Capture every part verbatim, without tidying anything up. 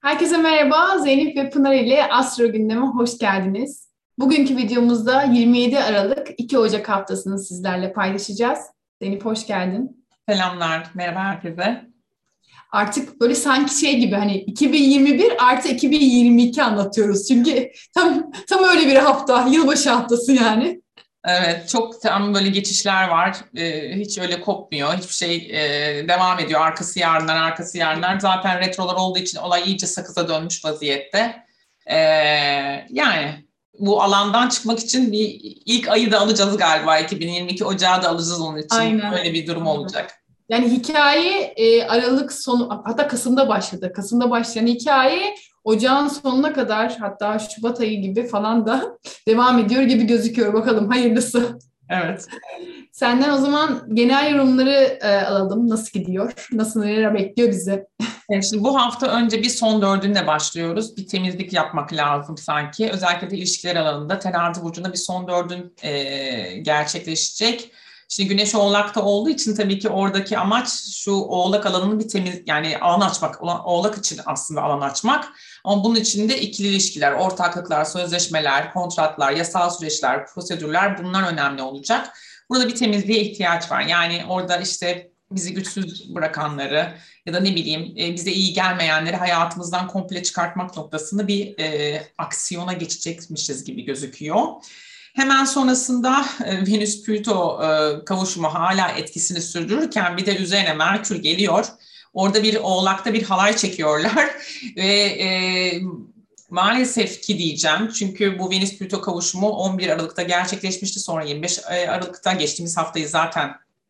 Herkese merhaba. Zeynep ve Pınar ile Astro Gündem'e hoş geldiniz. Bugünkü videomuzda yirmi yedi Aralık iki Ocak haftasını sizlerle paylaşacağız. Zeynep hoş geldin. Selamlar, merhaba herkese. Artık böyle sanki şey gibi hani iki bin yirmi bir artı iki bin yirmi iki anlatıyoruz. Çünkü tam tam öyle bir hafta, yılbaşı haftası yani. Evet, çok tam böyle geçişler var. Ee, hiç öyle kopmuyor. Hiçbir şey e, devam ediyor. Arkası yarınlar, arkası yarınlar. Zaten retrolar olduğu için olay iyice sakıza dönmüş vaziyette. Ee, yani bu alandan çıkmak için bir ilk ayı da alacağız galiba. iki bin yirmi iki Ocağı da alacağız onun için. Aynen. Böyle bir durum olacak. Yani hikaye e, Aralık sonu hatta Kasım'da başladı. Kasım'da başlayan hikaye Ocağın sonuna kadar hatta Şubat ayı gibi falan da devam ediyor gibi gözüküyor. Bakalım hayırlısı. Evet. Senden o zaman genel yorumları e, alalım. Nasıl gidiyor? Nasıl neler bekliyor bizi? Evet, şimdi bu hafta önce bir son dördünle başlıyoruz. Bir temizlik yapmak lazım sanki. Özellikle de ilişkiler alanında Terazi burcunda bir son dördün e, gerçekleşecek. Şimdi Güneş Oğlak'ta olduğu için tabii ki oradaki amaç şu Oğlak alanını bir temiz yani alan açmak. Oğlak için aslında alan açmak. Ama bunun için de ikili ilişkiler, ortaklıklar, sözleşmeler, kontratlar, yasal süreçler, prosedürler bunlar önemli olacak. Burada bir temizliğe ihtiyaç var. Yani orada işte bizi güçsüz bırakanları ya da ne bileyim e, bize iyi gelmeyenleri hayatımızdan komple çıkartmak noktasında bir e, aksiyona geçecekmişiz gibi gözüküyor. Hemen sonrasında e, Venüs-Plüto e, kavuşumu hala etkisini sürdürürken bir de üzerine Merkür geliyor. Orada bir oğlakta bir halay çekiyorlar ve e, maalesef ki diyeceğim çünkü bu Venüs-Plüto kavuşumu on bir Aralık'ta gerçekleşmişti, sonra yirmi beş Aralık'ta geçtiğimiz haftayı zaten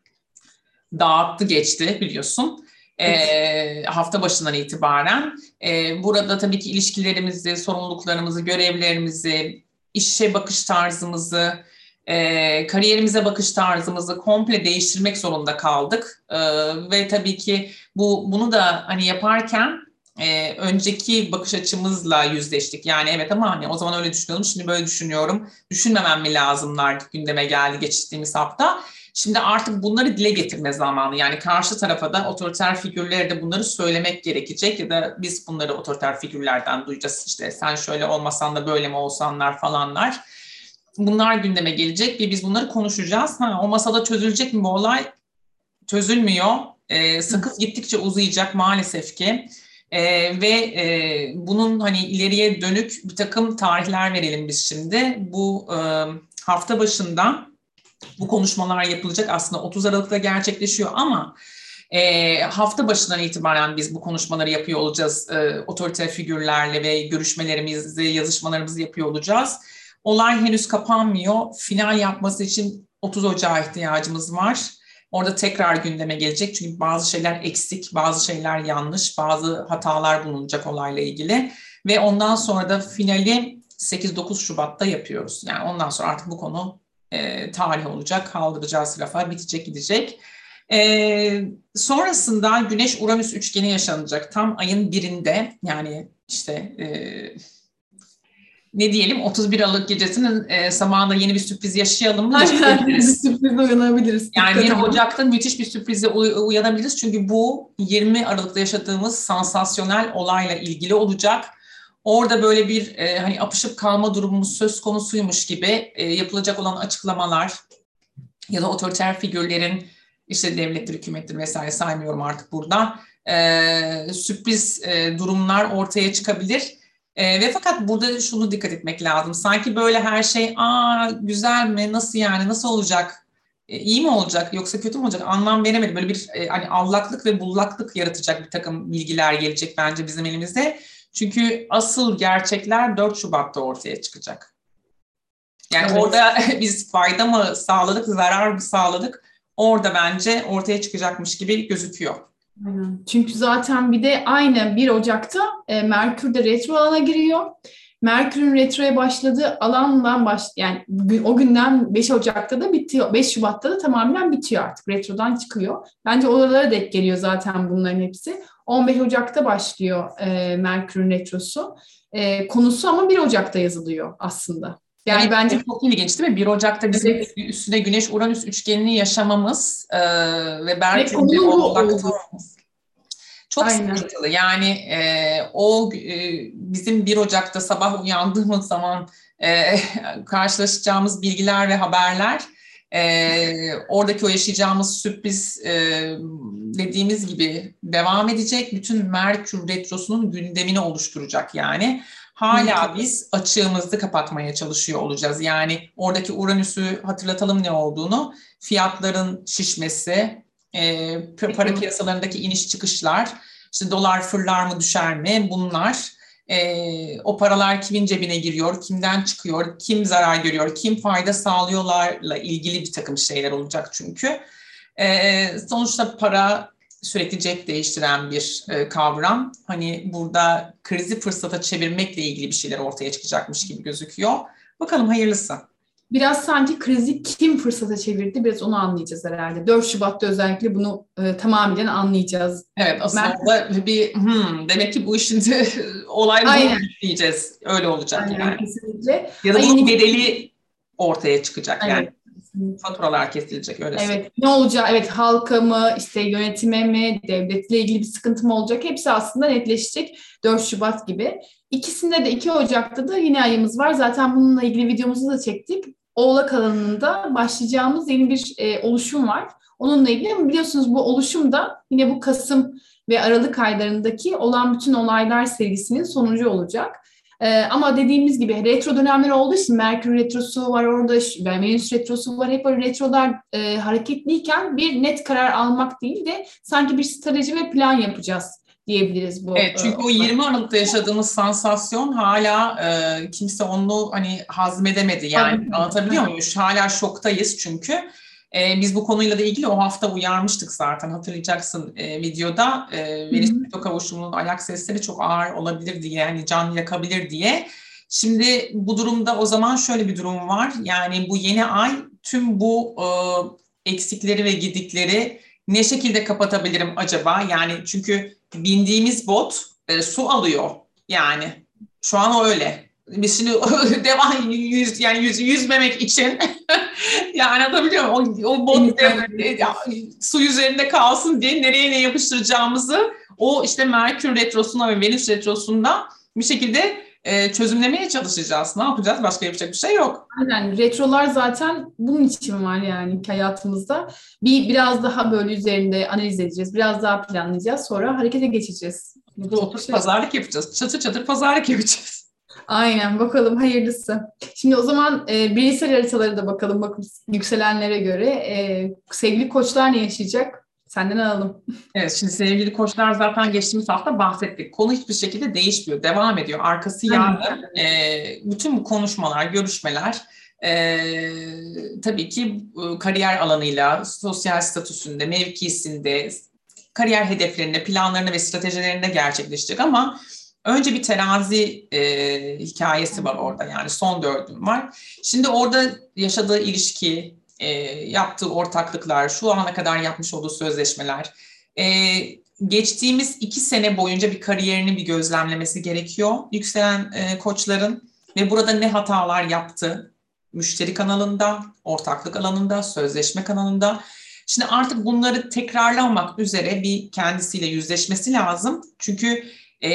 dağıttı geçti biliyorsun. Evet. E, hafta başından itibaren. E, burada tabii ki ilişkilerimizi, sorumluluklarımızı, görevlerimizi, işe bakış tarzımızı, e, kariyerimize bakış tarzımızı komple değiştirmek zorunda kaldık. E, ve tabii ki bu bunu da hani yaparken e, önceki bakış açımızla yüzleştik. Yani evet ama hani o zaman öyle düşünüyordum, şimdi böyle düşünüyorum. Düşünmemem mi lazımlar gündeme geldi geçtiğimiz hafta. Şimdi artık bunları dile getirme zamanı. Yani karşı tarafa da otoriter figürlere de bunları söylemek gerekecek ya da biz bunları otoriter figürlerden duyacağız. İşte sen şöyle olmasan da böyle mi olsanlar falanlar. Bunlar gündeme gelecek ve biz bunları konuşacağız. Ha, o masada çözülecek mi bu olay? Çözülmüyor. Ee, sakız gittikçe uzayacak maalesef ki. Ee, ve e, bunun hani ileriye dönük bir takım tarihler verelim biz şimdi. Bu e, hafta başında bu konuşmalar yapılacak, aslında otuz Aralık'ta gerçekleşiyor ama e, hafta başından itibaren biz bu konuşmaları yapıyor olacağız. E, otorite figürlerle ve görüşmelerimizi, yazışmalarımızı yapıyor olacağız. Olay henüz kapanmıyor. Final yapması için otuz Ocağı ihtiyacımız var. Orada tekrar gündeme gelecek çünkü bazı şeyler eksik, bazı şeyler yanlış, bazı hatalar bulunacak olayla ilgili. Ve ondan sonra da finali sekiz dokuz Şubat'ta yapıyoruz. Yani ondan sonra artık bu konu e, tarih olacak, kaldıracağız rafa, bitecek gidecek. E, sonrasında Güneş-Uranüs üçgeni yaşanacak tam ayın birinde, yani işte e, ne diyelim otuz bir Aralık gecesinin e, sabahında yeni bir sürpriz yaşayalım mı? Aynen bir Yaşayabiliriz. sürpriz uyanabiliriz. Yani Dikkat bir edin. Ocak'ta müthiş bir sürprize uyanabiliriz. Çünkü bu yirmi Aralık'ta yaşadığımız sansasyonel olayla ilgili olacak. Orada böyle bir e, hani apışıp kalma durumumuz söz konusuymuş gibi e, yapılacak olan açıklamalar ya da otoriter figürlerin, işte devlettir, hükümettir vesaire saymıyorum artık burada, e, sürpriz e, durumlar ortaya çıkabilir. E, ve fakat burada şunu dikkat etmek lazım. Sanki böyle her şey aa güzel mi, nasıl yani, nasıl olacak, e, iyi mi olacak yoksa kötü mü olacak anlam veremedim. Böyle bir e, hani allaklık ve bullaklık yaratacak bir takım bilgiler gelecek bence bizim elimizde. Çünkü asıl gerçekler dört Şubat'ta ortaya çıkacak. Yani Evet. orada biz fayda mı sağladık, zarar mı sağladık? Orada bence ortaya çıkacakmış gibi gözüküyor. Aynen. Çünkü zaten bir de aynı bir Ocak'ta e, Merkür de retro alana giriyor. Merkür'ün retroya başladığı alandan baş yani gün- o günden beş Ocak'ta da bitiyor. beş Şubat'ta da tamamen bitiyor artık. Retrodan çıkıyor. Bence oralara denk geliyor zaten bunların hepsi. on beş Ocak'ta başlıyor e, Merkür'ün retrosu. E, konusu ama bir Ocak'ta yazılıyor aslında. Yani Evet, bence çok ilginç değil mi? Bir Ocak'ta bizim evet. üstüne Güneş-Uranüs üçgenini yaşamamız e, ve Ve Merkür'ün de konu bu Oğlak'ta oldu. olması. Çok Aynen. sıkıntılı. Yani e, o e, bizim bir Ocak'ta sabah uyandığımız zaman e, karşılaşacağımız bilgiler ve haberler, e, oradaki o yaşayacağımız sürpriz e, dediğimiz gibi devam edecek. Bütün Merkür Retrosu'nun gündemini oluşturacak yani. Hala biz açığımızı kapatmaya çalışıyor olacağız. Yani oradaki Uranüs'ü hatırlatalım ne olduğunu. Fiyatların şişmesi, e, para piyasalarındaki iniş çıkışlar, işte dolar fırlar mı düşer mi, bunlar, e, o paralar kimin cebine giriyor, kimden çıkıyor, kim zarar görüyor, kim fayda sağlıyorlarla ilgili bir takım şeyler olacak çünkü. E, sonuçta para sürekli cep değiştiren bir e, kavram. Hani burada krizi fırsata çevirmekle ilgili bir şeyler ortaya çıkacakmış gibi gözüküyor. Bakalım hayırlısı. Biraz sanki krizi kim fırsata çevirdi, biraz onu anlayacağız herhalde. dört Şubat'ta özellikle bunu e, tamamen anlayacağız. Evet, aslında Mer orada bir hmm, demek ki bu işin olay bu Aynen. diyeceğiz. Öyle olacak Aynen, yani. kesinlikle. Ya da Ayın bunun ikisi. bedeli ortaya çıkacak yani. Evet. Kesinlikle. Faturalar kesilecek, öyle söyleyeyim. Evet, ne olacak? Evet, halka mı, işte yönetime mi, devletle ilgili bir sıkıntı mı olacak? Hepsi aslında netleşecek dört Şubat gibi. İkisinde de iki Ocak'ta da yine ayımız var. Zaten bununla ilgili videomuzu da çektik. Oğlak alanında başlayacağımız yeni bir e, oluşum var. Onunla ilgili ama biliyorsunuz bu oluşum da yine bu Kasım ve Aralık aylarındaki olan bütün olaylar serisinin sonucu olacak. Ee, ama dediğimiz gibi retro dönemler olduğu için Merkür retrosu var orada, Venüs retrosu var. Hep böyle retrolar e, hareketliyken bir net karar almak değil de sanki bir strateji ve plan yapacağız diyebiliriz bu. Evet, çünkü o yirmi Aralık'ta yaşadığımız sansasyon hala e, kimse onu hani hazmedemedi. Yani anlatabiliyor muyum? Hala şoktayız çünkü. E, biz bu konuyla da ilgili o hafta uyarmıştık zaten, hatırlayacaksın e, videoda. E, Venüs-Plüto kavuşumunun ayak sesleri çok ağır olabilir diye, yani can yakabilir diye. Şimdi bu durumda o zaman şöyle bir durum var. Yani bu yeni ay tüm bu e, eksikleri ve gedikleri ne şekilde kapatabilirim acaba? Yani çünkü bindiğimiz bot e, su alıyor yani. Şu an öyle. Biz şimdi devam yüz yani yüz, yüzmemek için yani anlatabiliyor muyum? O, o bot e, e, su üzerinde kalsın diye nereye ne yapıştıracağımızı o işte Merkür retrosunda ve Venüs retrosunda bir şekilde e, çözümlemeye çalışacağız. Ne yapacağız? Başka yapacak bir şey yok. Aynen, retrolar zaten bunun için var yani hayatımızda. Bir biraz daha böyle üzerinde analiz edeceğiz, biraz daha planlayacağız, sonra harekete geçeceğiz. Yapacak bir Oturup şey yok. pazarlık yapacağız. Çatır çatır pazarlık yapacağız. Aynen, bakalım hayırlısı. Şimdi o zaman e, bireysel haritalara da bakalım, bakın yükselenlere göre. E, sevgili koçlar ne yaşayacak? Senden alalım. Evet, şimdi sevgili koçlar zaten geçtiğimiz hafta bahsettik. Konu hiçbir şekilde değişmiyor, devam ediyor. Arkası Aynen. yarın. E, bütün bu konuşmalar, görüşmeler e, tabii ki e, kariyer alanıyla, sosyal statüsünde, mevkisinde, kariyer hedeflerinde, planlarında ve stratejilerinde gerçekleşecek ama önce bir terazi e, hikayesi var orada, yani son dördüm var. Şimdi orada yaşadığı ilişki, e, yaptığı ortaklıklar, şu ana kadar yapmış olduğu sözleşmeler, e, geçtiğimiz iki sene boyunca bir kariyerini bir gözlemlemesi gerekiyor yükselen e, koçların ve burada ne hatalar yaptı, müşteri kanalında, ortaklık alanında, sözleşme kanalında. Şimdi artık bunları tekrarlamak üzere bir kendisiyle yüzleşmesi lazım. Çünkü e,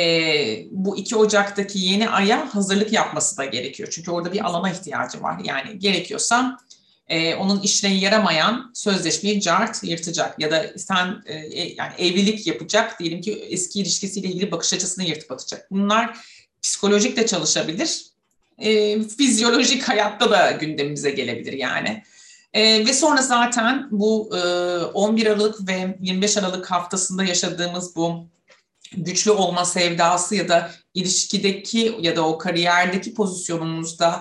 bu iki Ocak'taki yeni aya hazırlık yapması da gerekiyor. Çünkü orada bir alana ihtiyacı var. Yani gerekiyorsa e, onun işine yaramayan sözleşmeyi cart yırtacak. Ya da sen e, yani evlilik yapacak. Diyelim ki eski ilişkisiyle ilgili bakış açısını yırtıp atacak. Bunlar psikolojik de çalışabilir. E, fizyolojik hayatta da gündemimize gelebilir yani. E, ve sonra zaten bu e, on bir Aralık ve yirmi beş Aralık haftasında yaşadığımız bu güçlü olma sevdası ya da ilişkideki ya da o kariyerdeki pozisyonumuzda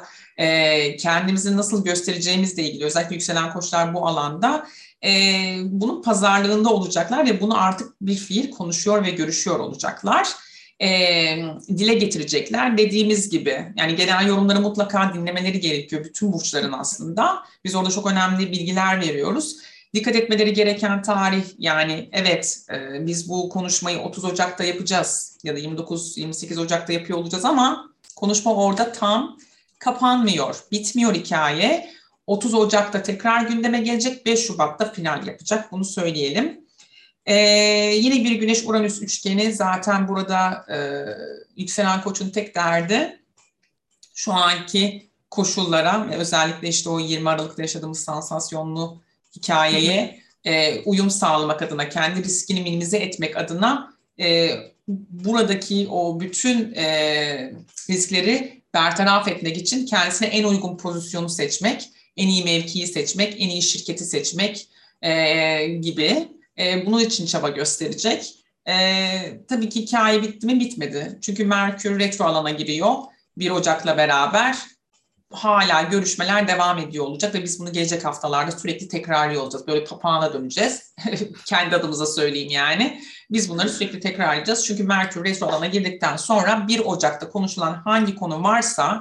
e, kendimizi nasıl göstereceğimizle ilgili, özellikle yükselen koçlar bu alanda e, bunun pazarlığında olacaklar ve bunu artık bir fiil konuşuyor ve görüşüyor olacaklar. E, dile getirecekler dediğimiz gibi. Yani genel yorumları mutlaka dinlemeleri gerekiyor bütün burçların aslında. Biz orada çok önemli bilgiler veriyoruz. Dikkat etmeleri gereken tarih, yani evet e, biz bu konuşmayı otuz Ocak'ta yapacağız ya da yirmi dokuz yirmi sekiz Ocak'ta yapıyor olacağız ama konuşma orada tam kapanmıyor, bitmiyor hikaye. otuz Ocak'ta tekrar gündeme gelecek, beş Şubat'ta final yapacak, bunu söyleyelim. Ee, yine bir Güneş-Uranüs üçgeni zaten burada e, yükselen koçun tek derdi şu anki koşullara ve özellikle işte o yirmi Aralık'ta yaşadığımız sansasyonlu hikayeye e, uyum sağlamak adına, kendi riskini minimize etmek adına e, buradaki o bütün e, riskleri bertaraf etmek için kendisine en uygun pozisyonu seçmek, en iyi mevkiyi seçmek, en iyi şirketi seçmek e, gibi e, bunun için çaba gösterecek. E, tabii ki hikaye bitti mi? Bitmedi. Çünkü Merkür retro alana giriyor. bir Ocak'la beraber hala görüşmeler devam ediyor olacak ve biz bunu gelecek haftalarda sürekli tekrarlıyor olacağız. Böyle papağana döneceğiz. Kendi adımıza söyleyeyim yani. Biz bunları sürekli tekrarlayacağız. Çünkü Merkür retro alana girdikten sonra bir Ocak'ta konuşulan hangi konu varsa,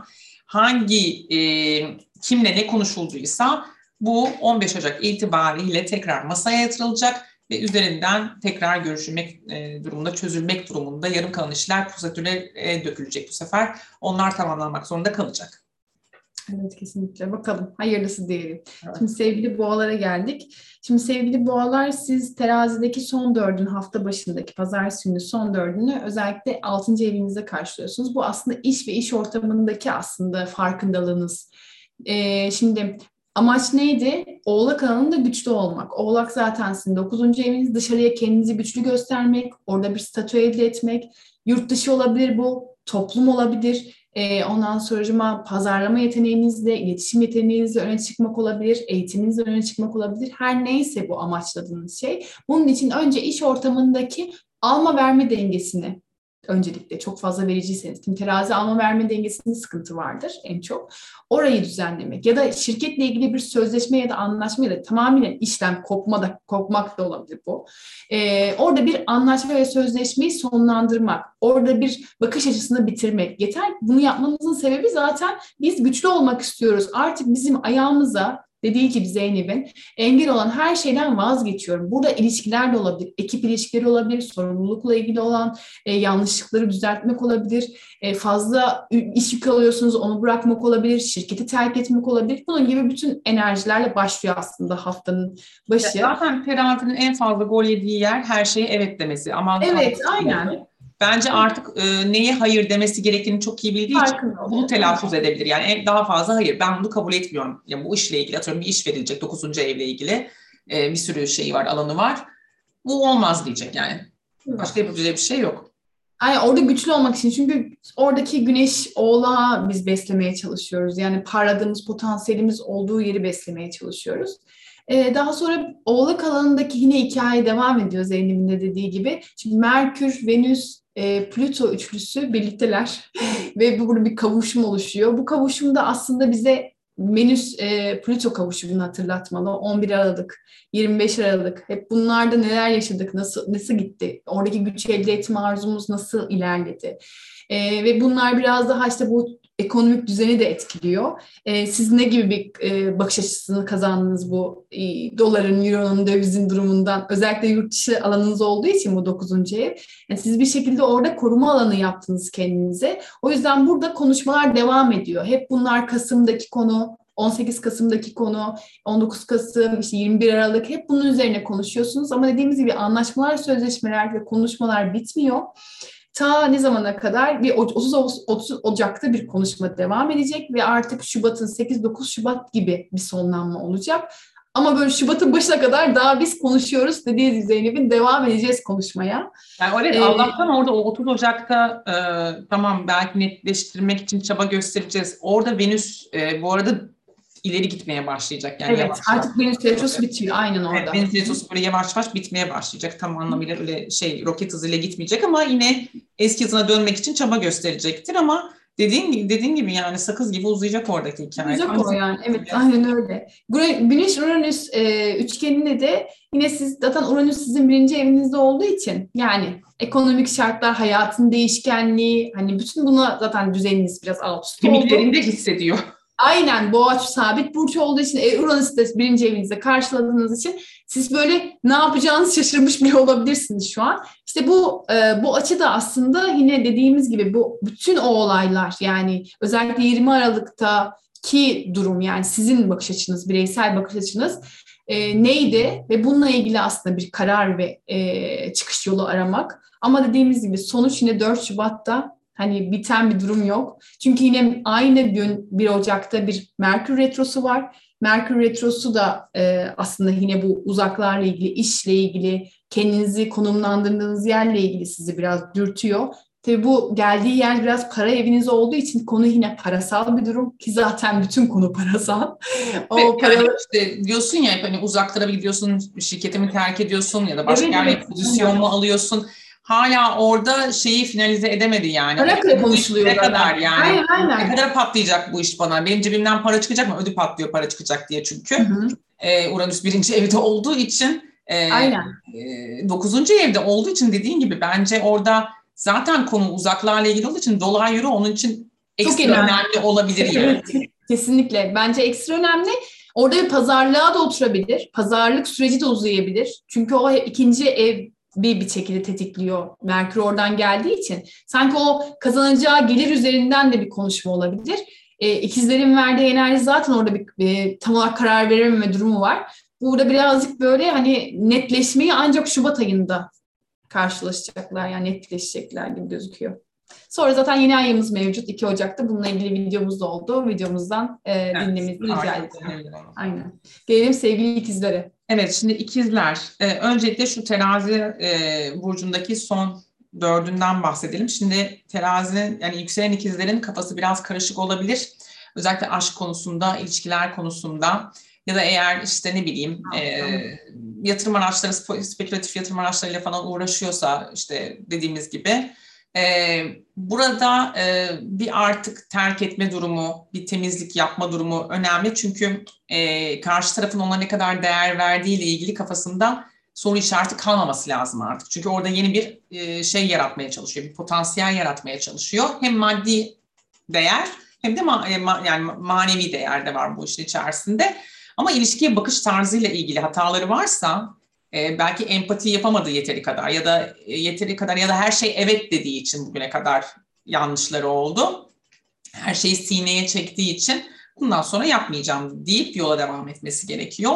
hangi e, kimle ne konuşulduysa bu on beş Ocak itibariyle tekrar masaya yatırılacak ve üzerinden tekrar görüşülmek e, durumunda, çözülmek durumunda yarım kalan işler prosedüre e, dökülecek bu sefer. Onlar tamamlanmak zorunda kalacak. Evet, kesinlikle. Bakalım. Hayırlısı diyelim. Evet. Şimdi sevgili boğalara geldik. Şimdi sevgili boğalar, siz terazideki son dördün, hafta başındaki pazartesi günü son dördünü özellikle altıncı evinizde karşılıyorsunuz. Bu aslında iş ve iş ortamındaki aslında farkındalığınız. Ee, şimdi amaç neydi? Oğlak alanında güçlü olmak. Oğlak zaten sizin dokuzuncu eviniz, dışarıya kendinizi güçlü göstermek, orada bir statü elde etmek. Yurt dışı olabilir bu, toplum olabilir. Ee, ondan sonracıma pazarlama yeteneğinizle, iletişim yeteneğinizle öne çıkmak olabilir, eğitiminizle öne çıkmak olabilir. Her neyse bu amaçladığınız şey. Bunun için önce iş ortamındaki alma verme dengesini, öncelikle çok fazla vericiyseniz, kim terazi alma verme dengesinde sıkıntı vardır en çok. Orayı düzenlemek ya da şirketle ilgili bir sözleşme ya da anlaşma ya da tamamen işlem kopma da, kopmak da olabilir bu. Ee, orada bir anlaşma ve sözleşmeyi sonlandırmak, orada bir bakış açısını bitirmek. Yeter ki bunu yapmamızın sebebi zaten biz güçlü olmak istiyoruz. Artık bizim ayağımıza, dediği gibi Zeynep'in, engel olan her şeyden vazgeçiyorum. Burada ilişkiler de olabilir, ekip ilişkileri olabilir, sorumlulukla ilgili olan e, yanlışlıkları düzeltmek olabilir, e, fazla iş yük alıyorsunuz onu bırakmak olabilir, şirketi terk etmek olabilir. Bunun gibi bütün enerjilerle başlıyor aslında haftanın başı. Zaten terazinin en fazla gol yediği yer her şeye evet demesi. Aman evet, aynen. Bence artık e, neye hayır demesi gerektiğini çok iyi bildiği için bunu telaffuz edebilir. Yani daha fazla hayır, ben bunu kabul etmiyorum. Yani bu işle ilgili, atıyorum bir iş verilecek, dokuzuncu evle ilgili e, bir sürü şeyi var, alanı var. Bu olmaz diyecek yani. Başka yapabileceği bir şey yok. Yani orada güçlü olmak için, çünkü oradaki güneş oğlağı biz beslemeye çalışıyoruz. Yani parladığımız potansiyelimiz olduğu yeri beslemeye çalışıyoruz. Ee, daha sonra oğlak alanındaki yine hikaye devam ediyor Zeynep'in de dediği gibi. Şimdi Merkür, Venüs, e, Plüto üçlüsü birlikteler ve burada bir kavuşum oluşuyor. Bu kavuşumda aslında bize Venüs e, Plüto kavuşumunu hatırlatmalı. on bir Aralık, yirmi beş Aralık. Hep bunlarda neler yaşadık, nasıl nasıl gitti? Oradaki güç elde etme arzumuz nasıl ilerledi? E, ve bunlar biraz daha işte bu ekonomik düzeni de etkiliyor. E, siz ne gibi bir e, bakış açısını kazandınız bu e, doların, euronun, dövizin durumundan? Özellikle yurt dışı alanınız olduğu için bu dokuzuncu ev. Yani siz bir şekilde orada koruma alanı yaptınız kendinize. O yüzden burada konuşmalar devam ediyor. Hep bunlar Kasım'daki konu, on sekiz Kasım'daki konu, on dokuz Kasım, işte yirmi bir Aralık, hep bunun üzerine konuşuyorsunuz. Ama dediğimiz gibi anlaşmalar, sözleşmeler ve konuşmalar bitmiyor. Ta ne zamana kadar? Bir otuz Ocak'ta bir konuşma devam edecek ve artık Şubat'ın sekiz dokuz Şubat gibi bir sonlanma olacak. Ama böyle Şubat'ın başına kadar daha biz konuşuyoruz dediğiniz gibi Zeynep'in, devam edeceğiz konuşmaya. Yani evet, ee, Allah'tan orada o otuz Ocak'ta e, tamam belki netleştirmek için çaba göstereceğiz. Orada Venüs e, bu arada ileri gitmeye başlayacak. Yani evet, yavaş artık Venüs retrosu bitiyor aynen orada. Evet, Venüs retrosu böyle yavaş yavaş bitmeye başlayacak. Tam anlamıyla öyle şey roket hızıyla gitmeyecek ama yine eski hızına dönmek için çaba gösterecektir ama dediğin gibi dediğin gibi yani sakız gibi uzayacak oradaki hikaye. Uzayacak o yani. Evet, aynen öyle. Güneş Uranüs e, üçgeninde de yine siz zaten Uranüs sizin birinci evinizde olduğu için yani ekonomik şartlar, hayatın değişkenliği, hani bütün buna zaten düzeniniz biraz alt üst oldu. Kemiklerinde hissediyor. Aynen, boğa sabit burç olduğu için, e, Uranüs'ü de birinci evinizde karşıladığınız için siz böyle ne yapacağınızı şaşırmış bile olabilirsiniz şu an. İşte bu e, bu açı da aslında yine dediğimiz gibi bu bütün o olaylar, yani özellikle yirmi Aralık'taki durum, yani sizin bakış açınız, bireysel bakış açınız e, neydi ve bununla ilgili aslında bir karar ve e, çıkış yolu aramak. Ama dediğimiz gibi sonuç yine dört Şubat'ta, hani biten bir durum yok. Çünkü yine aynı gün bir Ocak'ta bir Merkür Retrosu var. Merkür Retrosu da e, aslında yine bu uzaklarla ilgili, işle ilgili, kendinizi konumlandırdığınız yerle ilgili sizi biraz dürtüyor. Tabii bu geldiği yer biraz para eviniz olduğu için konu yine parasal bir durum ki zaten bütün konu parasal. Evet, O para... yani işte diyorsun ya, hani uzaklara gidiyorsun, şirketi mi terk ediyorsun ya da başka Evet, yerde evet. pozisyon mu alıyorsun? Hala orada şeyi finalize edemedi yani. Para kıra Bu iş konuşuluyor ne zaten. kadar yani? Aynen, Ne aynen. kadar patlayacak bu iş bana? Benim cebimden para çıkacak mı? Ödü patlıyor para çıkacak diye çünkü. Hı hı. Ee, Uranüs birinci evde olduğu için e, e, Aynen. dokuzuncu evde olduğu için dediğin gibi bence orada zaten konu uzaklarla ilgili olduğu için dolar euro onun için Çok ekstra önemli. önemli olabilir yani. Evet, kesinlikle. Bence ekstra önemli. Orada bir pazarlığa da oturabilir. Pazarlık süreci de uzayabilir. Çünkü o ikinci ev bir bir şekilde tetikliyor. Merkür oradan geldiği için. Sanki o kazanacağı gelir üzerinden de bir konuşma olabilir. E, ikizlerin verdiği enerji zaten orada bir e, tam olarak karar verememe durumu var. Burada birazcık böyle hani netleşmeyi ancak Şubat ayında karşılaşacaklar, yani netleşecekler gibi gözüküyor. Sonra zaten yeni ayımız mevcut. iki Ocak'ta bununla ilgili videomuz da oldu. Videomuzdan e, Evet, dinlemenizi rica takip edeceğim. edebilirim onu. Aynen. Gelelim sevgili ikizlere. Evet, şimdi ikizler. Ee, öncelikle şu terazi e, burcundaki son dördünden bahsedelim. Şimdi terazinin, yani yükselen ikizlerin kafası biraz karışık olabilir. Özellikle aşk konusunda, ilişkiler konusunda ya da eğer işte ne bileyim e, yatırım araçları, spekülatif yatırım araçlarıyla falan uğraşıyorsa, işte dediğimiz gibi. Ee, burada e, bir artık terk etme durumu, bir temizlik yapma durumu önemli. Çünkü e, karşı tarafın ona ne kadar değer verdiğiyle ilgili kafasında soru işareti kalmaması lazım artık. Çünkü orada yeni bir e, şey yaratmaya çalışıyor, bir potansiyel yaratmaya çalışıyor. Hem maddi değer hem de ma- e, ma- yani manevi değer de var bu işin içerisinde. Ama ilişkiye bakış tarzıyla ilgili hataları varsa, e, belki empati yapamadığı yeteri kadar ya da e, yeteri kadar ya da her şey evet dediği için bugüne kadar yanlışları oldu. Her şeyi sineye çektiği için bundan sonra yapmayacağım deyip yola devam etmesi gerekiyor.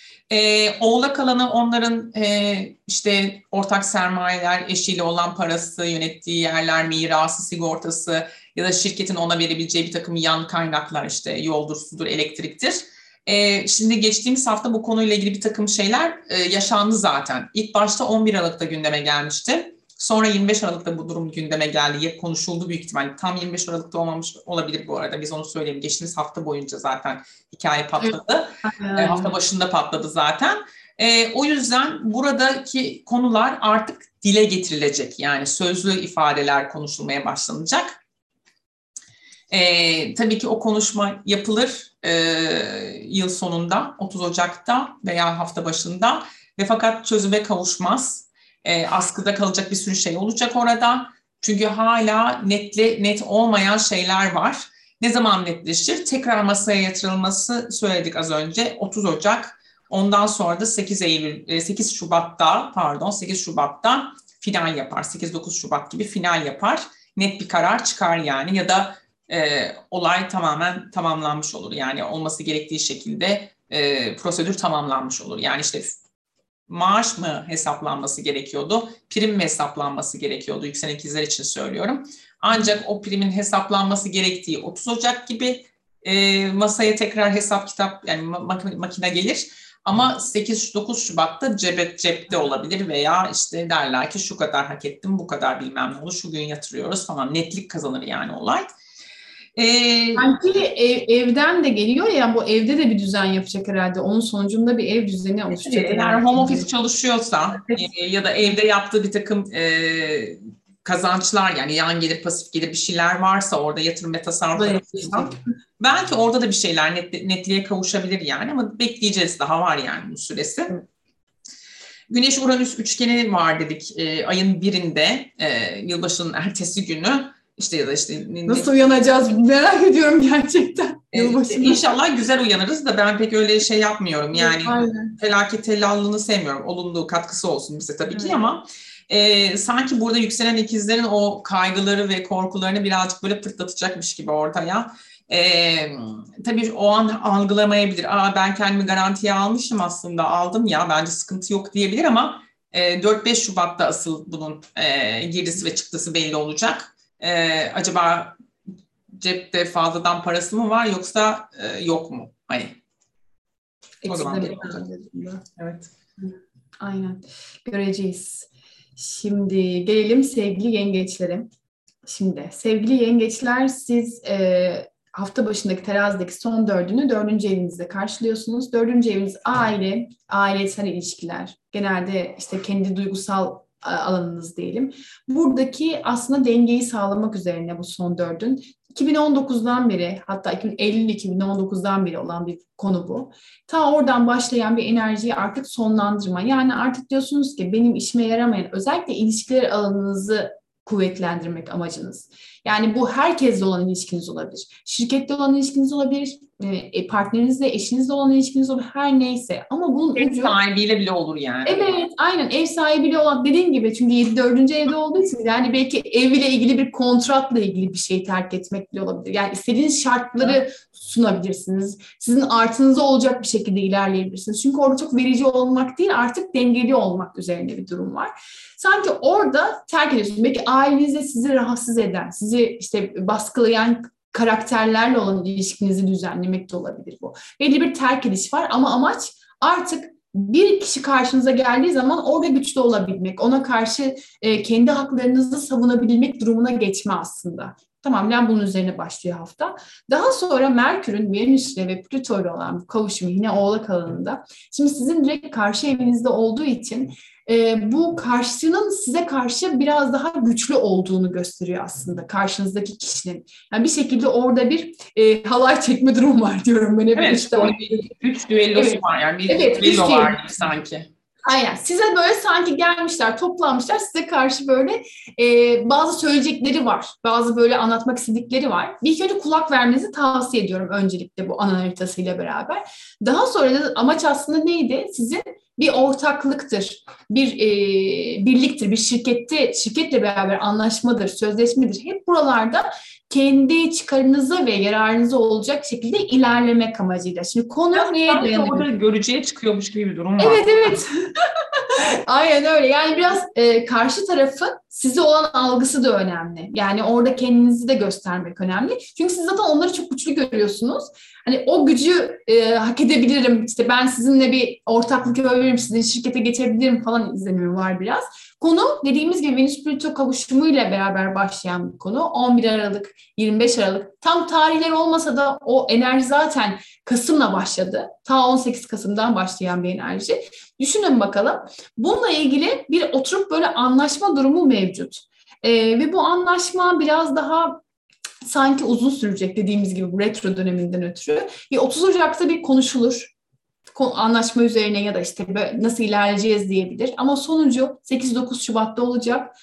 Ee, oğlak alanı onların e, işte ortak sermayeler, eşiyle olan parası, yönettiği yerler, mirası, sigortası ya da şirketin ona verebileceği bir takım yan kaynaklar, işte yoldur, sudur, elektriktir. Ee, şimdi geçtiğimiz hafta bu konuyla ilgili bir takım şeyler e, yaşandı zaten. İlk başta on bir Aralık'ta gündeme gelmişti. Sonra yirmi beş Aralık'ta bu durum gündeme geldi. Konuşuldu büyük ihtimalle. Tam yirmi beş Aralık'ta olmamış olabilir bu arada. Biz onu söyleyelim. Geçtiğimiz hafta boyunca zaten hikaye Evet, patladı. aynen, E, hafta aynen. başında patladı zaten. E, o yüzden buradaki konular artık dile getirilecek. Yani sözlü ifadeler konuşulmaya başlanacak. E, tabii ki o konuşma yapılır e, yıl sonunda, otuz Ocak'ta veya hafta başında ve fakat çözüme kavuşmaz. E, askıda kalacak bir sürü şey olacak orada. Çünkü hala netli, net olmayan şeyler var. Ne zaman netleşir? Tekrar masaya yatırılması söyledik az önce. otuz Ocak, ondan sonra da sekiz Eylül, sekiz Şubat'ta, pardon sekiz Şubat'ta final yapar. sekiz dokuz Şubat gibi final yapar. Net bir karar çıkar yani, ya da e, olay tamamen tamamlanmış olur. Yani olması gerektiği şekilde e, prosedür tamamlanmış olur. Yani işte maaş mı hesaplanması gerekiyordu, prim mi hesaplanması gerekiyordu, yükselen ikizler için söylüyorum. Ancak o primin hesaplanması gerektiği otuz Ocak gibi e, masaya tekrar hesap kitap, yani makine, makine gelir. Ama sekiz dokuz Şubat'ta cebe, cepte olabilir veya işte derler ki şu kadar hak ettim, bu kadar bilmem ne olur, şu gün yatırıyoruz falan, netlik kazanır yani olay. Ee, Sanki ev, evden de geliyor ya, bu evde de bir düzen yapacak herhalde. Onun sonucunda bir ev düzeni oluşacak Eğer herhalde. home office çalışıyorsa e, ya da evde yaptığı bir takım e, kazançlar, yani yan gelir, pasif gelir bir şeyler varsa, orada yatırım ve tasarruf Evet. tarafıysa belki orada da bir şeyler net, netliğe kavuşabilir yani, ama bekleyeceğiz, daha var yani bu süresi. Güneş-Uranüs üçgeni var dedik e, ayın birinde, e, yılbaşının ertesi günü, işte ya da işte Nasıl uyanacağız merak ediyorum gerçekten e, yılbaşında. inşallah güzel uyanırız da ben pek öyle şey yapmıyorum Evet, yani, aynen. felaket tellallığını sevmiyorum. Olumlu katkısı olsun bize tabii ki, Evet. ama e, sanki burada yükselen ikizlerin o kaygıları ve korkularını birazcık böyle pırtlatacakmış gibi ortaya. e, tabii o an algılamayabilir. Aa, ben kendimi garantiye almışım, aslında aldım ya, bence sıkıntı yok diyebilir ama e, dört beş Şubat'ta asıl bunun e, girdisi ve çıktısı belli olacak. E, acaba cepte fazladan parası mı var, yoksa e, yok mu? Hani o zaman belli olacak. Evet. Aynen. Göreceğiz. Şimdi gelelim sevgili yengeçlere. Şimdi sevgili yengeçler, siz e, hafta başındaki terazideki son dördünü dördüncü evinizde karşılıyorsunuz. Dördüncü eviniz aile, ailesel ilişkiler. Genelde işte kendi duygusal alanınız diyelim. Buradaki aslında dengeyi sağlamak üzerine bu son dördün. iki bin on dokuzdan beri, hatta Eylül iki bin on dokuzdan beri olan bir konu bu. Ta oradan başlayan bir enerjiyi artık sonlandırma. Yani artık diyorsunuz ki benim işime yaramayan, özellikle ilişkiler alanınızı kuvvetlendirmek amacınız. Yani bu herkesle olan ilişkiniz olabilir. Şirkette olan ilişkiniz olabilir. Partnerinizle, eşinizle olan ilişkiniz olabilir. Her neyse. Ama bunun ev ucu... sahibiyle bile olur yani. Evet, aynen. Ev sahibiyle olan, dediğim gibi, çünkü yedi dördüncü evde olduğu için yani belki eviyle ilgili bir kontratla ilgili bir şey terk etmek bile olabilir. Yani istediğiniz şartları sunabilirsiniz. Sizin artınıza olacak bir şekilde ilerleyebilirsiniz. Çünkü orada çok verici olmak değil, artık dengeli olmak üzerine bir durum var. Sanki orada terk ediyorsunuz. Belki ailenizde sizi rahatsız eden, sizi işte baskılayan karakterlerle olan ilişkinizi düzenlemek de olabilir bu. Belli bir terk ediş var ama amaç artık bir kişi karşınıza geldiği zaman orada güçlü olabilmek, ona karşı e, kendi haklarınızı savunabilmek durumuna geçme aslında. Tamamen bunun üzerine başlıyor hafta. Daha sonra Merkür'ün Venüs'le ve Plüto'yla olan bu kavuşumu yine Oğlak alanında. Şimdi sizin direkt karşı evinizde olduğu için e, bu karşının size karşı biraz daha güçlü olduğunu gösteriyor aslında karşınızdaki kişinin. Yani bir şekilde orada bir e, halay çekme durumu var diyorum ben. Evet, işte güç düellosu evet. var yani. Bir evet, düello var gibi sanki. Aynen. Size böyle sanki gelmişler, toplanmışlar. Size karşı böyle e, bazı söyleyecekleri var. Bazı böyle anlatmak istedikleri var. Bir iki önce kulak vermenizi tavsiye ediyorum öncelikle bu ana haritasıyla beraber. Daha sonra da amaç aslında neydi? Sizin bir ortaklıktır, bir e, birliktir, bir şirkette, şirketle beraber anlaşmadır, sözleşmedir. Hep buralarda kendi çıkarınıza ve yararınıza olacak şekilde ilerlemek amacıyla. Şimdi konu yani neye dayanıyor? Orada görücüye çıkıyormuş gibi bir durum var. Evet, evet. Aynen öyle. Yani biraz e, karşı tarafın size olan algısı da önemli. Yani orada kendinizi de göstermek önemli. Çünkü siz zaten onları çok güçlü görüyorsunuz. Hani o gücü e, hak edebilirim. İşte ben sizinle bir ortaklık yapabilirim, sizin şirkete geçebilirim falan izlenimi var biraz. Konu dediğimiz gibi Venüs-Plüto kavuşumuyla beraber başlayan bir konu. on bir Aralık, yirmi beş Aralık. Tam tarihler olmasa da o enerji zaten Kasım'la başladı. Ta on sekiz Kasım'dan başlayan bir enerji. Düşünün bakalım. Bununla ilgili bir oturup böyle anlaşma durumu mevcut. Ee, ve bu anlaşma biraz daha sanki uzun sürecek, dediğimiz gibi bu retro döneminden ötürü. Bir otuz Ocak'ta bir konuşulur. Anlaşma üzerine ya da işte nasıl ilerleyeceğiz diyebilir. Ama sonucu sekiz dokuz Şubat'ta olacak.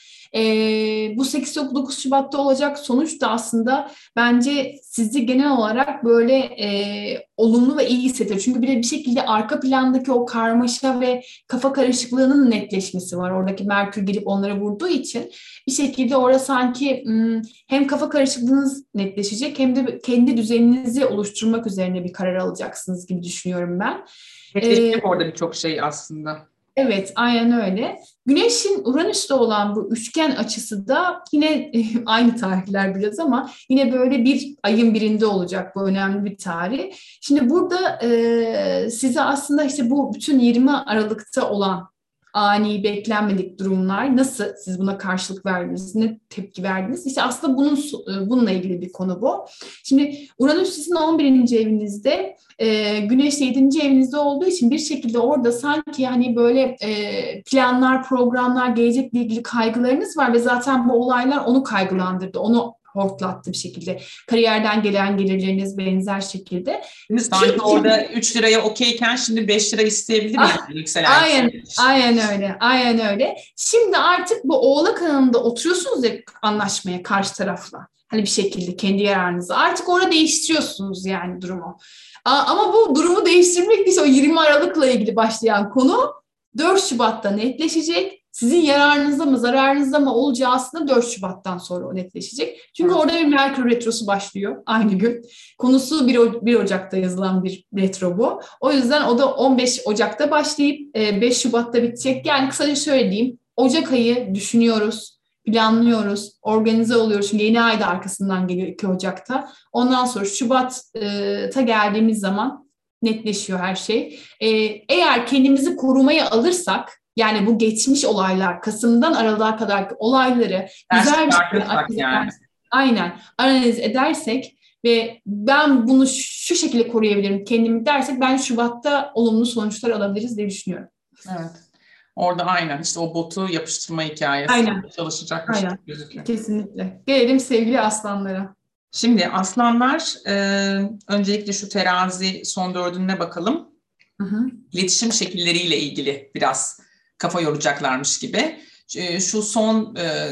Ee, bu sekiz dokuz Şubat'ta olacak sonuç da aslında bence sizi genel olarak böyle e, olumlu ve iyi hissediyor. Çünkü bir de bir şekilde arka plandaki o karmaşa ve kafa karışıklığının netleşmesi var. Oradaki Merkür gelip onlara vurduğu için bir şekilde orada sanki hem kafa karışıklığınız netleşecek hem de kendi düzeninizi oluşturmak üzerine bir karar alacaksınız gibi düşünüyorum ben. Netleşecek ee, orada birçok şey aslında. Evet, aynen öyle. Güneş'in Uranüs'te olan bu üçgen açısı da yine aynı tarihler biraz ama yine böyle bir ayın birinde olacak, bu önemli bir tarih. Şimdi burada e, size aslında işte bu bütün yirmi Aralık'ta olan ani, beklenmedik durumlar, nasıl siz buna karşılık verdiniz, ne tepki verdiniz? İşte aslında bunun bununla ilgili bir konu bu. Şimdi Uranüs sizin on birinci evinizde, e, Güneş de yedinci evinizde olduğu için bir şekilde orada sanki hani böyle e, planlar, programlar, gelecekle ilgili kaygılarınız var ve zaten bu olaylar onu kaygılandırdı, onu hortlattı bir şekilde. Kariyerden gelen gelirleriniz benzer şekilde. Sanki Ki, orada üç liraya okeyken şimdi beş lira isteyebilir miyim? Yükselen aynen, aynen öyle, aynen öyle. Şimdi artık bu Oğlak Hanı'nda oturuyorsunuz ya anlaşmaya karşı tarafla. Hani bir şekilde kendi yararınızı. Artık orada değiştiriyorsunuz yani durumu. Ama bu durumu değiştirmek değil, o yirmi Aralık'la ilgili başlayan konu dört Şubat'ta netleşecek. Sizin yararınıza mı zararınıza mı olacağı aslında dört Şubat'tan sonra o netleşecek. Çünkü orada bir Merkür Retrosu başlıyor aynı gün. Konusu bir Ocak'ta yazılan bir retro bu. O yüzden o da on beş Ocak'ta başlayıp beş Şubat'ta bitecek. Yani kısaca şöyle diyeyim. Ocak ayı düşünüyoruz, planlıyoruz, organize oluyoruz. Şimdi yeni ay da arkasından geliyor iki Ocak'ta. Ondan sonra Şubat'a geldiğimiz zaman netleşiyor her şey. Eğer kendimizi korumaya alırsak, yani bu geçmiş olaylar, Kasım'dan Aralık'a kadarki olayları güzel bir şekilde analiz yani. edersek, aynen analiz edersek ve ben bunu şu şekilde koruyabilirim kendimi dersek, ben Şubat'ta olumlu sonuçlar alabiliriz diye düşünüyorum. Evet. Orada aynen işte o botu yapıştırma hikayesi aynen. çalışacakmış aynen. gibi gözüküyor. Kesinlikle. Gelelim sevgili aslanlara. Şimdi aslanlar, e, öncelikle şu terazi son dördününe bakalım. Hı hı. İletişim şekilleriyle ilgili biraz kafa yoracaklarmış gibi. E, şu son e,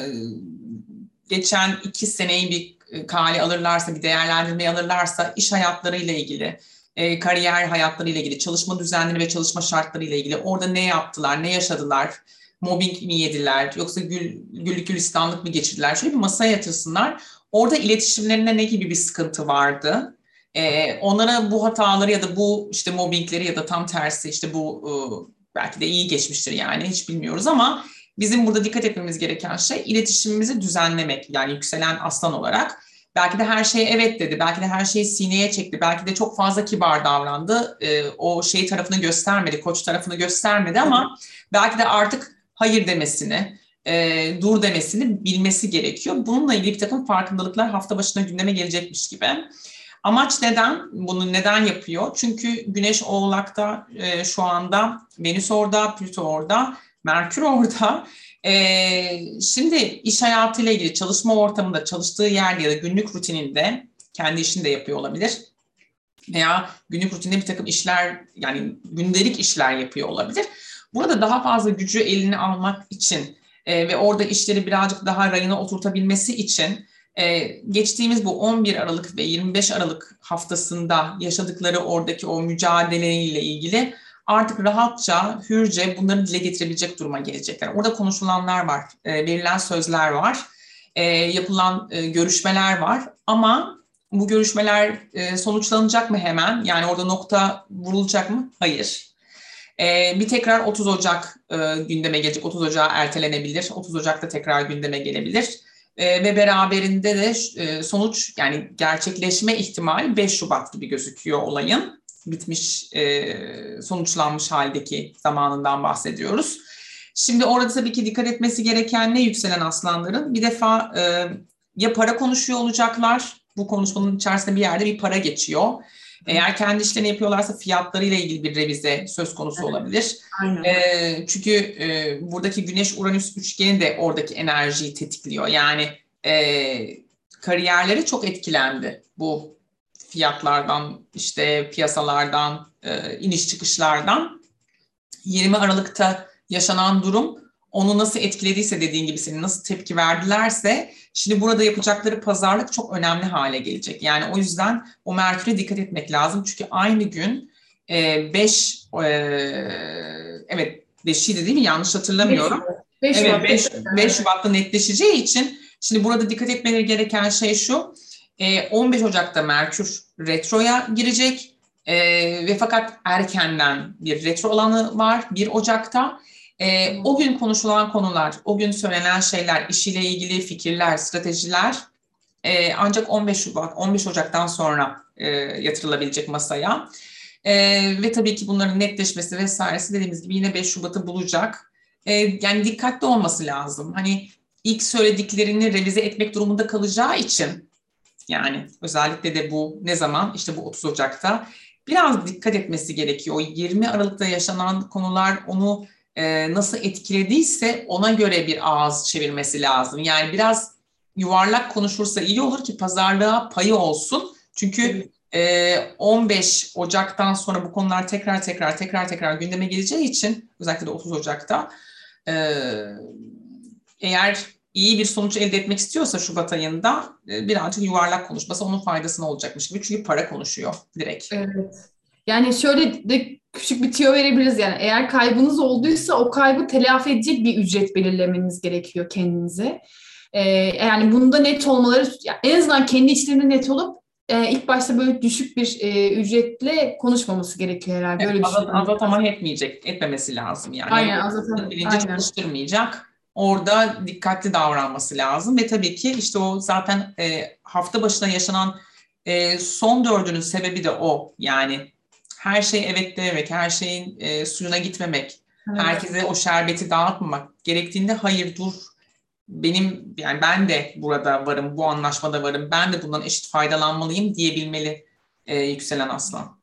geçen iki seneyi bir kale alırlarsa, bir değerlendirme alırlarsa iş hayatlarıyla ilgili, e, kariyer hayatlarıyla ilgili, çalışma düzenleri ve çalışma şartlarıyla ilgili orada ne yaptılar, ne yaşadılar, mobbing mi yediler, yoksa gül, güllük gülistanlık mı geçirdiler? Şöyle bir masaya yatırsınlar. Orada iletişimlerinde ne gibi bir sıkıntı vardı? Ee, onlara bu hataları ya da bu işte mobbingleri ya da tam tersi işte bu e, belki de iyi geçmiştir yani hiç bilmiyoruz ama bizim burada dikkat etmemiz gereken şey iletişimimizi düzenlemek. Yani yükselen aslan olarak belki de her şeye evet dedi, belki de her şeyi sineye çekti, belki de çok fazla kibar davrandı, e, o şey tarafını göstermedi, koç tarafını göstermedi ama belki de artık hayır demesini, e, dur demesini bilmesi gerekiyor. Bununla ilgili bir takım farkındalıklar hafta başına gündeme gelecekmiş gibi. Amaç neden? Bunu neden yapıyor? Çünkü Güneş Oğlak'ta e, şu anda, Venüs orada, Plüto orada, Merkür orada. E, şimdi iş hayatıyla ilgili çalışma ortamında, çalıştığı yerde ya da günlük rutininde, kendi işini de yapıyor olabilir. Veya günlük rutinde bir takım işler, yani gündelik işler yapıyor olabilir. Burada daha fazla gücü eline almak için e, ve orada işleri birazcık daha rayına oturtabilmesi için e, geçtiğimiz bu on bir Aralık ve yirmi beş Aralık haftasında yaşadıkları oradaki o mücadeleyle ilgili artık rahatça, hürce bunları dile getirebilecek duruma gelecekler. Orada konuşulanlar var, e, verilen sözler var, e, yapılan e, görüşmeler var ama bu görüşmeler e, sonuçlanacak mı hemen? Yani orada nokta vurulacak mı? Hayır. E, bir tekrar otuz Ocak e, gündeme gelecek. otuz Ocak'a ertelenebilir. otuz Ocak'ta tekrar gündeme gelebilir. E, ve beraberinde de e, sonuç, yani gerçekleşme ihtimali beş Şubat gibi gözüküyor olayın. Bitmiş, e, sonuçlanmış haldeki zamanından bahsediyoruz. Şimdi orada tabii ki dikkat etmesi gereken ne yükselen aslanların? Bir defa e, ya para konuşuyor olacaklar. Bu konuşmanın içerisinde bir yerde bir para geçiyor. Eğer kendi işlerini yapıyorlarsa fiyatlarıyla ilgili bir revize söz konusu evet. olabilir. Aynen. E, çünkü e, buradaki Güneş-Uranüs üçgeni de oradaki enerjiyi tetikliyor. Yani e, kariyerleri çok etkilendi bu fiyatlardan, işte piyasalardan, e, iniş çıkışlardan. yirmi Aralık'ta yaşanan durum onu nasıl etkilediyse, dediğin gibi senin nasıl tepki verdilerse, şimdi burada yapacakları pazarlık çok önemli hale gelecek. Yani o yüzden o Merkür'e dikkat etmek lazım. Çünkü aynı gün beş e, evet beşiydi değil mi? Yanlış hatırlamıyorum. beş evet beş, beş Şubat'ta netleşeceği için şimdi burada dikkat etmeleri gereken şey şu. on beş Ocak'ta Merkür retroya girecek. E, ve fakat erkenden bir retro alanı var bir Ocak'ta. E, hmm. O gün konuşulan konular, o gün söylenen şeyler, işiyle ilgili fikirler, stratejiler e, ancak on beş Şubat, on beş Ocak'tan sonra e, yatırılabilecek masaya. E, ve tabii ki bunların netleşmesi vesairesi dediğimiz gibi yine beş Şubat'ı bulacak. E, yani dikkatli olması lazım. Hani ilk söylediklerini revize etmek durumunda kalacağı için, yani özellikle de bu ne zaman? İşte bu otuz Ocak'ta. Biraz dikkat etmesi gerekiyor. O yirmi Aralık'ta yaşanan konular onu e, nasıl etkilediyse ona göre bir ağız çevirmesi lazım. Yani biraz yuvarlak konuşursa iyi olur ki pazarlığa payı olsun. Çünkü e, on beş Ocak'tan sonra bu konular tekrar tekrar tekrar tekrar gündeme geleceği için, özellikle de otuz Ocak'ta e, eğer iyi bir sonuç elde etmek istiyorsa Şubat ayında birazcık yuvarlak konuşması onun faydasına olacakmış gibi. Çünkü para konuşuyor direkt. Evet. Yani şöyle de küçük bir tüyo verebiliriz yani. Eğer kaybınız olduysa o kaybı telafi edecek bir ücret belirlemeniz gerekiyor kendinize. Ee, yani bunda net olmaları, yani en azından kendi içlerinde net olup e, ilk başta böyle düşük bir e, ücretle konuşmaması gerekiyor herhalde. Öyle Azat, düşünüyorum. azat ama etmeyecek, etmemesi lazım yani. Aynen, O azaltalım. bilinci Aynen. çalıştırmayacak. Orada dikkatli davranması lazım ve tabii ki işte o zaten e, hafta başına yaşanan e, son dördünün sebebi de o. Yani her şey evet dememek, her şeyin e, suyuna gitmemek, Evet. herkese o şerbeti dağıtmamak gerektiğinde hayır dur. Benim yani ben de burada varım, bu anlaşmada varım, ben de bundan eşit faydalanmalıyım diyebilmeli e, yükselen aslan.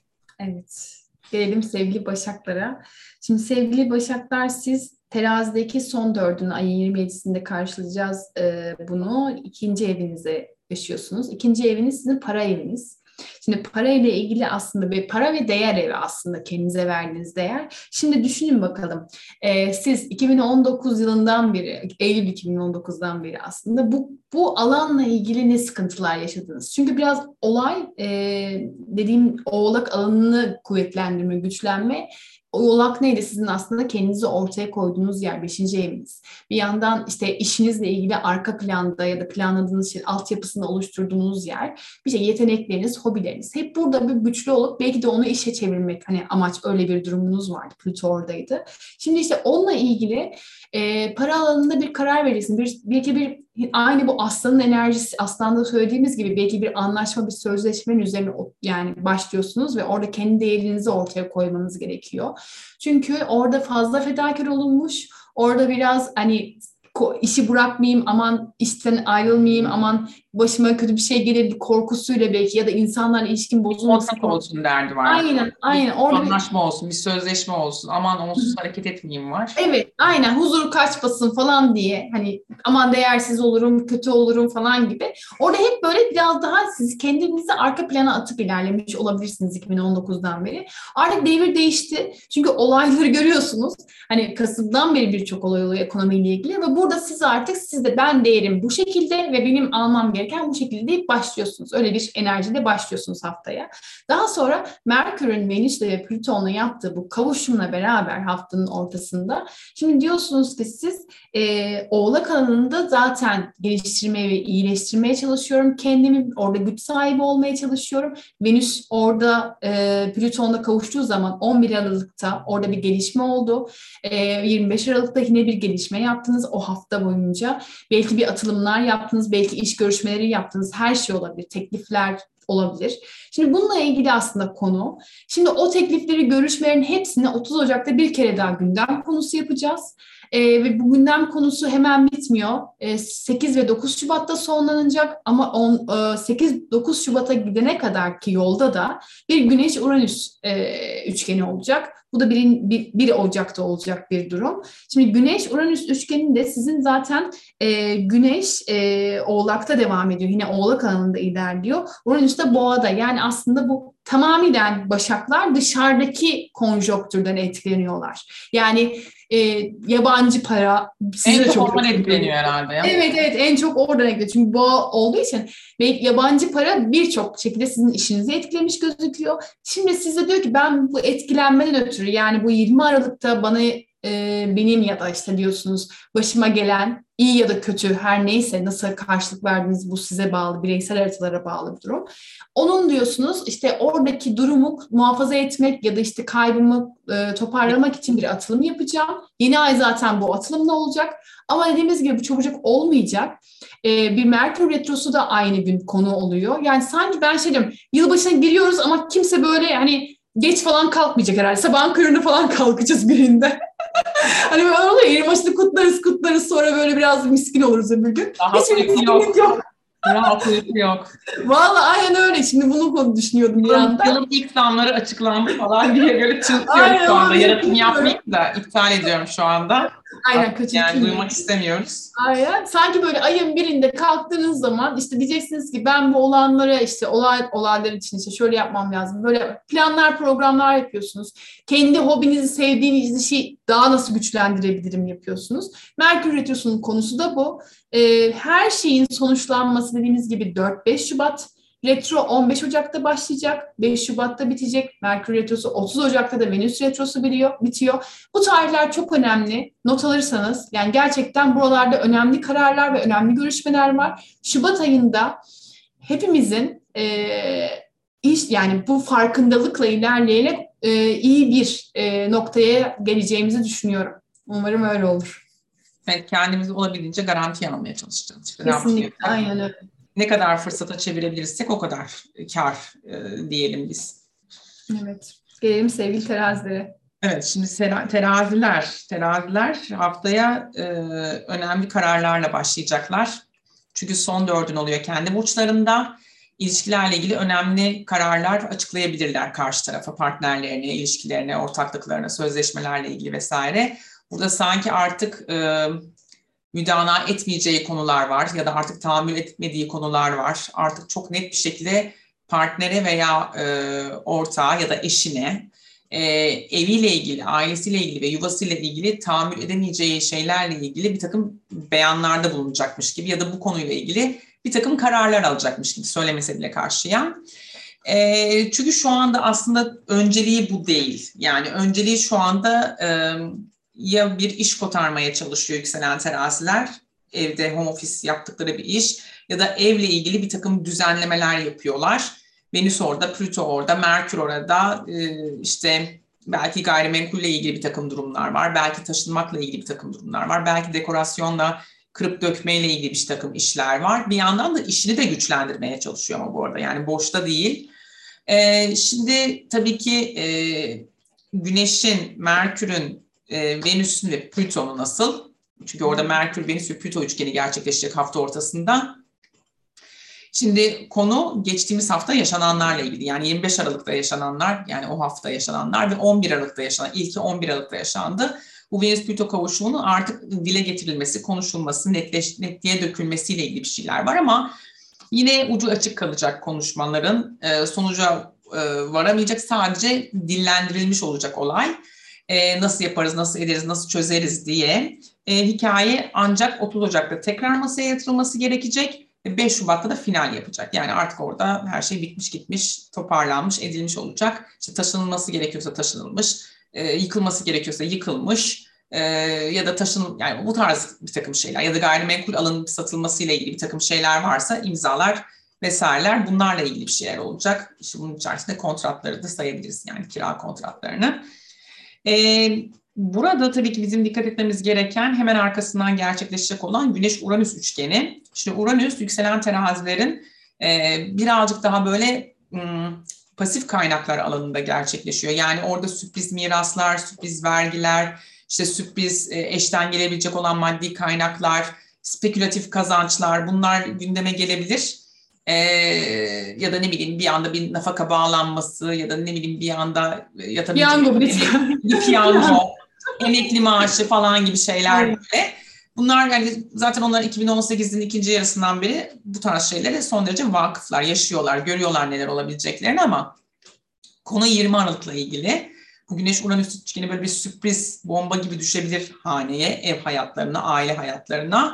Evet. Gelelim sevgili Başaklara. Şimdi sevgili Başaklar, siz terazideki son dördünü ayın yirmi yedisinde karşılayacağız e, bunu. İkinci evinize yaşıyorsunuz. İkinci eviniz sizin para eviniz. Şimdi para ile ilgili aslında ve para ve değer evi aslında kendinize verdiğiniz değer. Şimdi düşünün bakalım. E, siz iki bin on dokuz yılından beri, Eylül iki bin on dokuzdan beri aslında bu bu alanla ilgili ne sıkıntılar yaşadınız? Çünkü biraz olay e, dediğim oğlak alanını kuvvetlendirme, güçlenme. Oğlak neydi? Sizin aslında kendinizi ortaya koyduğunuz yer, beşinci eviniz. Bir yandan işte işinizle ilgili arka planda ya da planladığınız şey, altyapısını oluşturduğunuz yer. Bir şey, yetenekleriniz, hobileriniz. Hep burada bir güçlü olup belki de onu işe çevirmek. Hani amaç, öyle bir durumunuz vardı. Plüto oradaydı. Şimdi işte onunla ilgili e, para alanında bir karar verirsin. Bir, belki bir aynı bu aslanın enerjisi, aslanda söylediğimiz gibi belki bir anlaşma, bir sözleşmenin üzerine yani başlıyorsunuz ve orada kendi değerinizi ortaya koymanız gerekiyor. Çünkü orada fazla fedakar olunmuş, orada biraz hani işi bırakmayayım, aman işten ayrılmayayım, aman başıma kötü bir şey gelir korkusuyla belki, ya da insanlarla ilişkin bozulmasın Kontrat korkusu. olsun derdi var. Aynen, Bir aynen. Orada bir anlaşma olsun, bir sözleşme olsun. Aman onsuz hareket etmeyeyim var. evet, aynen, huzur kaçmasın falan diye, hani aman değersiz olurum, kötü olurum falan gibi. Orada hep böyle biraz daha siz kendinizi arka plana atıp ilerlemiş olabilirsiniz iki bin on dokuzdan beri. Artık devir değişti. Çünkü olayları görüyorsunuz. Hani Kasım'dan beri birçok olay oluyor ekonomiyle ilgili ve burada siz artık, siz de ben değerim bu şekilde ve benim almam gereken bu şekilde deyip başlıyorsunuz. Öyle bir enerjiyle başlıyorsunuz haftaya. Daha sonra Merkür'ün Venüs'le ve Plüton'la yaptığı bu kavuşumla beraber haftanın ortasında, şimdi diyorsunuz ki siz e, Oğlak alanında zaten geliştirmeye ve iyileştirmeye çalışıyorum. Kendimi orada güç sahibi olmaya çalışıyorum. Venüs orada e, Plüton'la kavuştuğu zaman on bir Aralık'ta orada bir gelişme oldu. E, yirmi beş Aralık'ta yine bir gelişme yaptınız o hafta boyunca. Belki bir atılımlar yaptınız, belki iş görüşmeleri yaptınız. Her şey olabilir, teklifler olabilir. Şimdi bununla ilgili aslında konu. Şimdi o teklifleri, görüşmelerin hepsini otuz Ocak'ta bir kere daha gündem konusu yapacağız. Ee, ve bu gündem konusu hemen bitmiyor. Ee, sekiz ve dokuz Şubat'ta sonlanacak ama on, e, sekiz dokuz Şubat'a gidene kadar ki yolda da bir Güneş-Uranüs e, üçgeni olacak. Bu da bir, bir Ocak'ta olacak bir durum. Şimdi Güneş-Uranüs üçgeninde sizin zaten e, Güneş e, Oğlak'ta devam ediyor. Yine Oğlak alanında ilerliyor. Uranüs de Boğa'da. Yani aslında bu tamamen Başaklar dışarıdaki konjonktürden etkileniyorlar. Yani e, yabancı para size En de çok çok ondan etkiliyor. etkileniyor herhalde ya. Evet, evet, en çok oradan etkiliyor. Çünkü Boğa olduğu için belki yabancı para birçok şekilde sizin işinizi etkilemiş gözüküyor. Şimdi size diyor ki ben bu etkilenmeden ötürü, yani bu yirmi Aralık'ta bana e, benim ya da işte diyorsunuz başıma gelen iyi ya da kötü, her neyse nasıl karşılık verdiğiniz bu size bağlı, bireysel haritalara bağlı bir durum. Onun diyorsunuz işte oradaki durumu muhafaza etmek ya da işte kaybımı e, toparlamak için bir atılım yapacağım. Yeni ay zaten bu atılımla olacak. Ama dediğimiz gibi bu çabucak olmayacak. Ee, bir Merkür Retrosu da aynı gün konu oluyor. Yani sanki ben şey diyorum, yılbaşına giriyoruz ama kimse böyle hani geç falan kalkmayacak herhalde. Sabahın köründe falan kalkacağız birinde. Hani böyle oluyor ya, yılbaşını kutlarız kutlarız sonra böyle biraz miskin oluruz öbür gün. Rahat Hiçbir uyku miskinlik yok. yok. Rahat uyku yok. Vallahi aynen öyle. Şimdi bunu konu düşünüyordum bir Yılın, anda. yılın ilk zamları açıklandı falan diye böyle çıltıyorum Aynen şu anda. öyle Yaratım düşünüyorum. yapmayayım da iptal ediyorum şu anda. Aynen, Yani kaçırtayım. duymak istemiyoruz. Aynen. Sanki böyle ayın birinde kalktığınız zaman işte diyeceksiniz ki ben bu olanlara işte olay olaylar için işte şöyle yapmam lazım. Böyle planlar, programlar yapıyorsunuz. Kendi hobinizi, sevdiğiniz işi daha nasıl güçlendirebilirim yapıyorsunuz. Merkür Retrosu'nun konusu da bu. Ee, her şeyin sonuçlanması dediğimiz gibi dört beş Şubat. Retro on beş Ocak'ta başlayacak, beş Şubat'ta bitecek. Merkür Retrosu otuz Ocak'ta da Venüs Retrosu biliyor, bitiyor. Bu tarihler çok önemli. Not alırsanız, yani gerçekten buralarda önemli kararlar ve önemli görüşmeler var. Şubat ayında hepimizin e, iş yani bu farkındalıkla ilerleyerek e, iyi bir e, noktaya geleceğimizi düşünüyorum. Umarım öyle olur. Evet, kendimizi olabildiğince garantiye almaya çalışacağız. İşte Kesinlikle, aynen öyle. Ne kadar fırsata çevirebilirsek o kadar kar e, diyelim biz. Evet. Gelelim sevgili terazilere. Evet, şimdi teraziler, teraziler haftaya e, önemli kararlarla başlayacaklar. Çünkü son dördün oluyor kendi burçlarında. İlişkilerle ilgili önemli kararlar açıklayabilirler karşı tarafa, partnerlerine, ilişkilerine, ortaklıklarına, sözleşmelerle ilgili vesaire. Burada sanki artık e, müdana etmeyeceği konular var ya da artık tahammül etmediği konular var. Artık çok net bir şekilde partnere veya e, ortağa ya da eşine e, eviyle ilgili, ailesiyle ilgili ve yuvasıyla ilgili tahammül edemeyeceği şeylerle ilgili bir takım beyanlarda bulunacakmış gibi ya da bu konuyla ilgili bir takım kararlar alacakmış gibi söylemese bile karşıya. E, çünkü şu anda aslında önceliği bu değil. Yani önceliği şu anda e, ya bir iş kotarmaya çalışıyor yükselen teraziler, evde home office yaptıkları bir iş ya da evle ilgili bir takım düzenlemeler yapıyorlar. Venüs orada, Plüto orada, Merkür orada, işte belki gayrimenkulle ilgili bir takım durumlar var, belki taşınmakla ilgili bir takım durumlar var, belki dekorasyonla, kırıp dökmeyle ilgili bir takım işler var. Bir yandan da işini de güçlendirmeye çalışıyor ama bu arada yani boşta değil. Şimdi tabii ki Güneş'in, Merkür'ün, Venüs'ün ve Plüton'un nasıl? Çünkü orada Merkür, Venüs ve Plüto üçgeni gerçekleşecek hafta ortasında. Şimdi konu geçtiğimiz hafta yaşananlarla ilgili. Yani yirmi beş Aralık'ta yaşananlar, yani o hafta yaşananlar ve on bir Aralık'ta yaşanan, ilki on bir Aralık'ta yaşandı. Bu Venüs-Plüto kavuşumunun artık dile getirilmesi, konuşulması, netleş, netliğe dökülmesiyle ilgili bir şeyler var ama yine ucu açık kalacak konuşmaların, sonuca varamayacak, sadece dillendirilmiş olacak olay. Nasıl yaparız, nasıl ederiz, nasıl çözeriz diye. Hikaye ancak otuz Ocak'ta tekrar masaya yatırılması gerekecek. beş Şubat'ta da final yapacak. Yani artık orada her şey bitmiş gitmiş, toparlanmış, edilmiş olacak. İşte taşınılması gerekiyorsa taşınılmış, e, yıkılması gerekiyorsa yıkılmış e, ya da taşın yani bu tarz bir takım şeyler ya da gayrimenkul alanın satılmasıyla ilgili bir takım şeyler varsa imzalar vesaireler bunlarla ilgili bir şeyler olacak. İşte bunun içerisinde kontratları da sayabiliriz yani kira kontratlarını. Evet. Burada tabii ki bizim dikkat etmemiz gereken hemen arkasından gerçekleşecek olan Güneş-Uranüs üçgeni. Şimdi Uranüs yükselen terazilerin e, birazcık daha böyle m, pasif kaynaklar alanında gerçekleşiyor. Yani orada sürpriz miraslar, sürpriz vergiler, işte sürpriz e, eşten gelebilecek olan maddi kaynaklar, spekülatif kazançlar bunlar gündeme gelebilir. Ee, ya da ne bileyim bir anda bir nafaka bağlanması ya da ne bileyim bir anda yatabilecek Piyango, bir, bir piyango, emekli maaşı falan gibi şeyler böyle. Bunlar yani zaten onlar iki bin on sekizin ikinci yarısından beri bu tarz şeylere son derece vakıflar, yaşıyorlar, görüyorlar neler olabileceklerini ama konu yirmi Aralık'la ilgili. Bu Güneş-Uranüs üçgeni böyle bir sürpriz bomba gibi düşebilir haneye, ev hayatlarına, aile hayatlarına.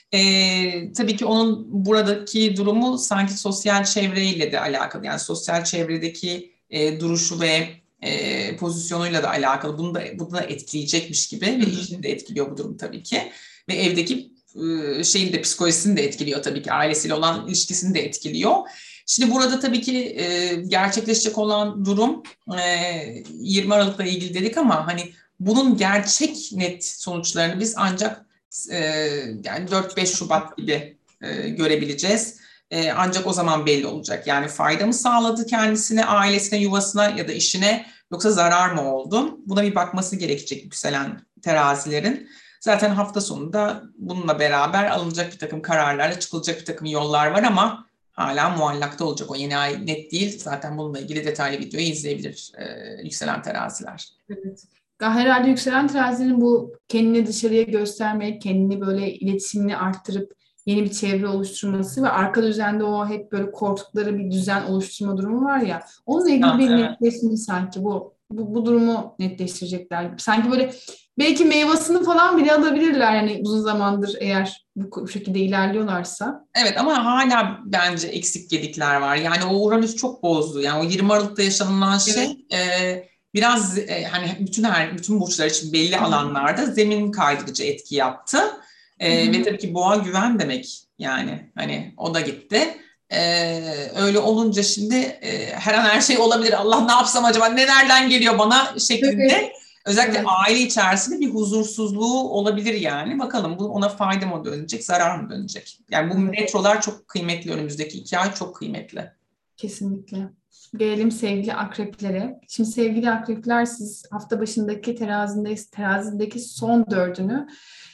Ee, tabii ki onun buradaki durumu sanki sosyal çevreyle de alakalı. Yani sosyal çevredeki e, duruşu ve e, pozisyonuyla da alakalı. Bunu da, bunu da etkileyecekmiş gibi ve işini de etkiliyor bu durum tabii ki. Ve evdeki e, şeyin de psikolojisini de etkiliyor tabii ki. Ailesiyle olan ilişkisini de etkiliyor. Şimdi burada tabii ki e, gerçekleşecek olan durum e, yirmi Aralık'la ilgili dedik ama hani bunun gerçek net sonuçlarını biz ancak e, yani dört beş Şubat gibi e, görebileceğiz. E, ancak o zaman belli olacak. Yani fayda mı sağladı kendisine, ailesine, yuvasına ya da işine yoksa zarar mı oldu? Buna bir bakması gerekecek yükselen terazilerin. Zaten hafta sonunda bununla beraber alınacak bir takım kararlarla çıkılacak bir takım yollar var ama hala muallakta olacak. O yeni ay net değil. Zaten bununla ilgili detaylı videoyu izleyebilir e, yükselen teraziler. Evet. Herhalde yükselen terazinin bu kendini dışarıya göstermek, kendini böyle iletişimini arttırıp yeni bir çevre oluşturması ve arka düzende o hep böyle korktukları bir düzen oluşturma durumu var ya. Onunla ilgili Ha, bir evet. netleşme sanki bu, bu bu durumu netleştirecekler gibi. Sanki böyle Belki meyvasını falan bile alabilirler yani uzun zamandır eğer bu şekilde ilerliyorlarsa. Evet ama hala bence eksik gedikler var. Yani o Uranüs çok bozdu. Yani o yirmi Aralık'ta yaşanılan Evet. şey e, biraz e, hani bütün her bütün burçlar için belli Hı hı. alanlarda zemin kaydırıcı etki yaptı. Hı E, ve hı. tabii ki boğa güven demek yani hani o da gitti. E, öyle olunca şimdi e, her an her şey olabilir. Allah ne yapsam acaba ne nereden geliyor bana Evet. şeklinde. Özellikle Evet. aile içerisinde bir huzursuzluğu olabilir yani. Bakalım bu ona fayda mı dönecek, zarar mı dönecek? Yani bu Evet. metrolar çok kıymetli, önümüzdeki iki ay çok kıymetli. Kesinlikle. Gelelim sevgili akreplere. Şimdi sevgili akrepler, siz hafta başındaki terazindeki, terazideki son dördünü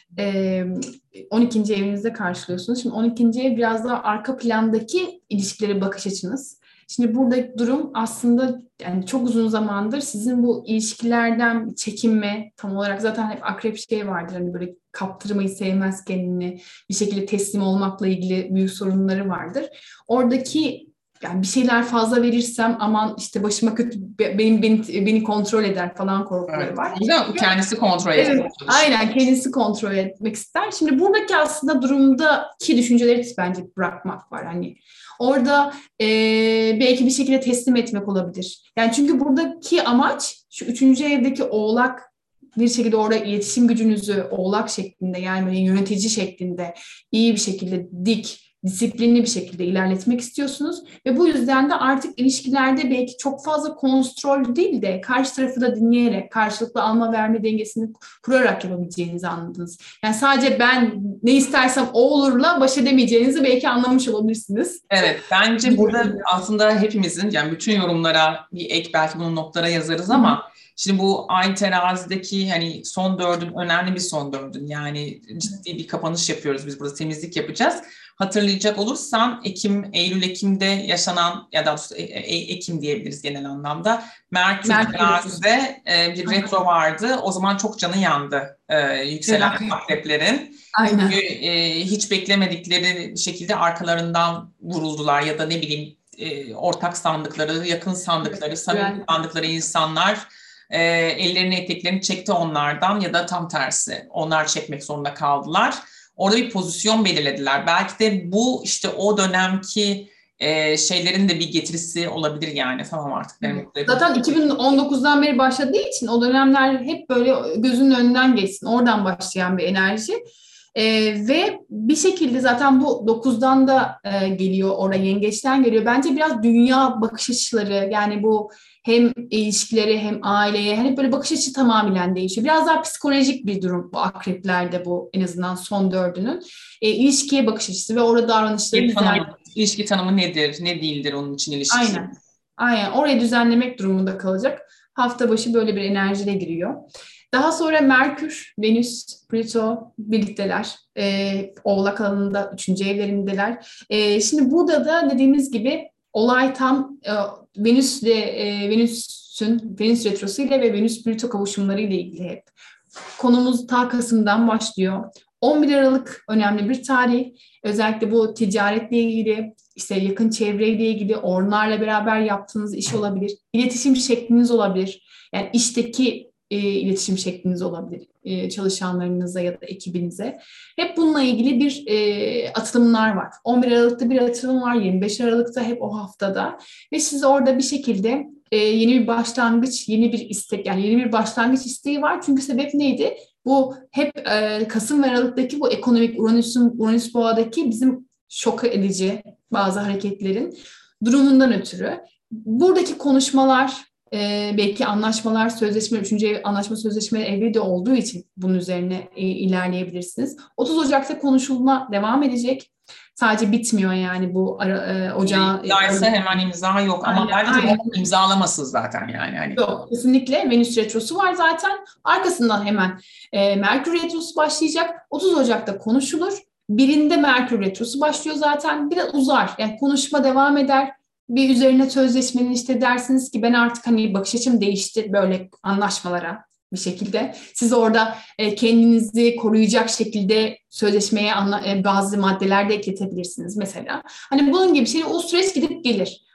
e, on ikinci evinizde karşılıyorsunuz. Şimdi on ikinci ev biraz daha arka plandaki ilişkilere bakış açınız. Şimdi burada durum aslında yani çok uzun zamandır sizin bu ilişkilerden çekinme, tam olarak zaten hep akrep şey vardır hani böyle kaptırmayı sevmez kendini, bir şekilde teslim olmakla ilgili büyük sorunları vardır. Oradaki yani bir şeyler fazla verirsem aman işte başıma kötü benim beni beni kontrol eder falan korkuları Evet. var. O yüzden kendisi kontrol etmeye Evet, çalışıyor. aynen kendisi kontrol etmek ister. Şimdi buradaki aslında durumdaki düşünceleri bence bırakmak var. Hani orada e, belki bir şekilde teslim etmek olabilir. Yani çünkü buradaki amaç şu üçüncü evdeki oğlak bir şekilde orada iletişim gücünüzü oğlak şeklinde yani böyle yönetici şeklinde iyi bir şekilde dik, disiplinli bir şekilde ilerletmek istiyorsunuz ve bu yüzden de artık ilişkilerde belki çok fazla kontrol değil de karşı tarafı da dinleyerek karşılıklı alma verme dengesini kurarak yapabileceğinizi anladınız. Yani sadece ben ne istersem o olurla baş edemeyeceğinizi belki anlamış olabilirsiniz. Evet, bence burada aslında hepimizin yani bütün yorumlara bir ek belki bunu notlara yazarız Hı hı. ama şimdi bu ay terazideki hani son dördün önemli bir son dördün yani ciddi bir kapanış yapıyoruz biz burada temizlik yapacağız. Hatırlayacak olursan Ekim, Eylül-Ekim'de yaşanan ya da e, e, Ekim diyebiliriz genel anlamda. Merkür Merkür Retrosu. terazide e, bir retro vardı. O zaman çok canı yandı e, yükselen Aynen. akreplerin. Çünkü Aynen. e, hiç beklemedikleri şekilde arkalarından vuruldular ya da ne bileyim e, ortak sandıkları, yakın sandıkları, samimi Güven. sandıkları insanlar e, ellerini eteklerini çekti onlardan ya da tam tersi onlar çekmek zorunda kaldılar. Orada bir pozisyon belirlediler. Belki de bu işte o dönemki e, şeylerin de bir getirisi olabilir yani. Tamam artık benim Evet. mutlu edin. Zaten iki bin on dokuzdan beri başladığı için o dönemler hep böyle gözünün önünden geçsin. Oradan başlayan bir enerji. Ee, ve bir şekilde zaten bu dokuzdan da e, geliyor, oraya yengeçten geliyor. Bence biraz dünya bakış açıları yani bu hem ilişkileri hem aileye hani böyle bakış açısı tamamen değişiyor. Biraz daha psikolojik bir durum bu akreplerde bu en azından son dördünün. E, ilişkiye bakış açısı ve orada davranışları Bir düzenlemek. tanımı, ilişki tanımı nedir, ne değildir onun için ilişkisi. Aynen. Aynen. Orayı düzenlemek durumunda kalacak. Hafta başı böyle bir enerjiyle giriyor. Daha sonra Merkür, Venüs, Plüto birlikteler. Ee, Oğlak alanında üçüncü evlerindeler. Ee, şimdi burada da dediğimiz gibi olay tam e, Venüs'le e, Venüs'ün Venüs retrosu ile ve Venüs Plüto kavuşumları ile ilgili hep. Konumuz ta Kasım'dan başlıyor. on bir Aralık önemli bir tarih. Özellikle bu ticaretle ilgili, işte yakın çevreyle ilgili, onlarla beraber yaptığınız iş olabilir. İletişim şekliniz olabilir. Yani işteki e, iletişim şekliniz olabilir e, çalışanlarınıza ya da ekibinize. Hep bununla ilgili bir e, atılımlar var. on bir Aralık'ta bir atılım var, yirmi beş Aralık'ta hep o haftada ve siz orada bir şekilde e, yeni bir başlangıç, yeni bir istek yani yeni bir başlangıç isteği var. Çünkü sebep neydi? Bu hep e, Kasım ve Aralık'taki bu ekonomik Uranüs'ün Uranüs Boğa'daki bizim şok edici bazı hareketlerin durumundan ötürü. Buradaki konuşmalar, e, belki anlaşmalar, sözleşme, üçüncü ev, anlaşma sözleşme evi de olduğu için bunun üzerine e, ilerleyebilirsiniz. otuz Ocak'ta konuşulma devam edecek. Sadece bitmiyor yani bu ara, e, ocağı. E, İmzaysa hemen imza yok ama aynen, bence tabii aynen. imzalamasın zaten yani. Hani Yok, kesinlikle Venüs Retrosu var zaten. Arkasından hemen e, Merkür Retrosu başlayacak. otuz Ocak'ta konuşulur. Birinde Merkür Retrosu başlıyor zaten. Biraz uzar. Yani konuşma devam eder. Bir üzerine sözleşmenin işte dersiniz ki ben artık hani bakış açım değişti böyle anlaşmalara bir şekilde. Siz orada e, kendinizi koruyacak şekilde sözleşmeye anla, e, bazı maddeler de ekletebilirsiniz mesela. Hani bunun gibi şey o süreç gidip gelir.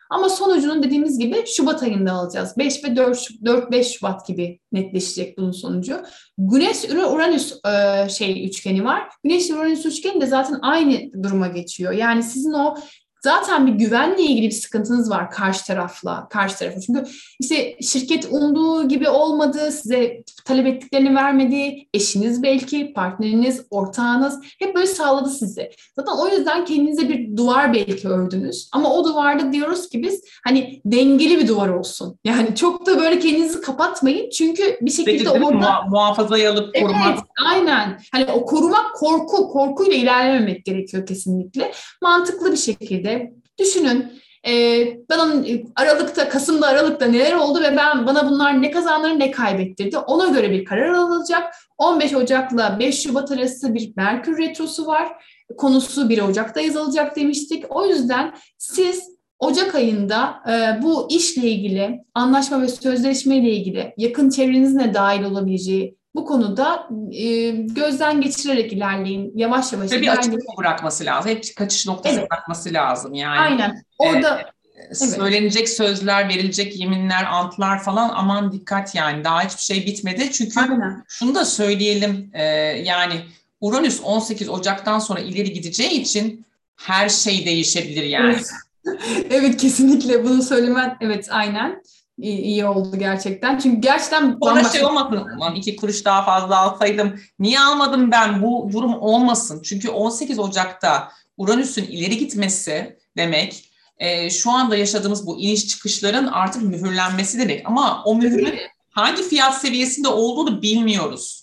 Ama sonucunu dediğimiz gibi Şubat ayında alacağız. beş ve dört beş Şubat gibi netleşecek bunun sonucu. Güneş-Uranüs e, şey üçgeni var. Güneş-Uranüs üçgeni de zaten aynı duruma geçiyor. Yani sizin o zaten bir güvenle ilgili bir sıkıntınız var karşı tarafla, karşı tarafı. Çünkü işte şirket umduğu gibi olmadı, size talep ettiklerini vermedi, eşiniz belki, partneriniz, ortağınız hep böyle sağladı sizi. Zaten o yüzden kendinize bir duvar belki ördünüz. Ama o duvarda diyoruz ki biz hani dengeli bir duvar olsun. Yani çok da böyle kendinizi kapatmayın. Çünkü bir şekilde Peki, değil mi? orada Muha- muhafazayı alıp evet, korumak. aynen. Hani o korumak korku, korkuyla ilerlememek gerekiyor kesinlikle. Mantıklı bir şekilde düşünün. Ee, bana Aralık'ta, Kasım'da, Aralık'ta neler oldu ve ben bana bunlar ne kazandırdı ne kaybettirdi. Ona göre bir karar alınacak. on beş Ocak'la beş Şubat arası bir Merkür Retrosu var. Konusu bir Ocak'ta yazılacak demiştik. O yüzden siz Ocak ayında e, bu işle ilgili, anlaşma ve sözleşme ile ilgili yakın çevrenizin de dahil olabileceği bu konuda e, gözden geçirerek ilerleyin. Yavaş yavaş Ve bir açık ilerleyin. bırakması lazım. Hep kaçış noktası Evet, bırakması lazım. Yani aynen. e, Orada evet, söylenecek sözler, verilecek yeminler, antlar falan, aman dikkat yani. Daha hiçbir şey bitmedi. Çünkü aynen. şunu da söyleyelim, e, yani Uranüs on sekiz Ocak'tan sonra ileri gideceği için her şey değişebilir yani. Evet. Evet, kesinlikle bunu söylemen evet aynen iyi, iyi oldu gerçekten. Çünkü gerçekten Sonra şey bambaşka. olmasın, "Ulan iki kuruş daha fazla alsaydım, niye almadım ben?" Bu durum olmasın. Çünkü on sekiz Ocak'ta Uranüs'ün ileri gitmesi demek, e, şu anda yaşadığımız bu iniş çıkışların artık mühürlenmesi demek. Ama o mührün hangi fiyat seviyesinde olduğunu bilmiyoruz.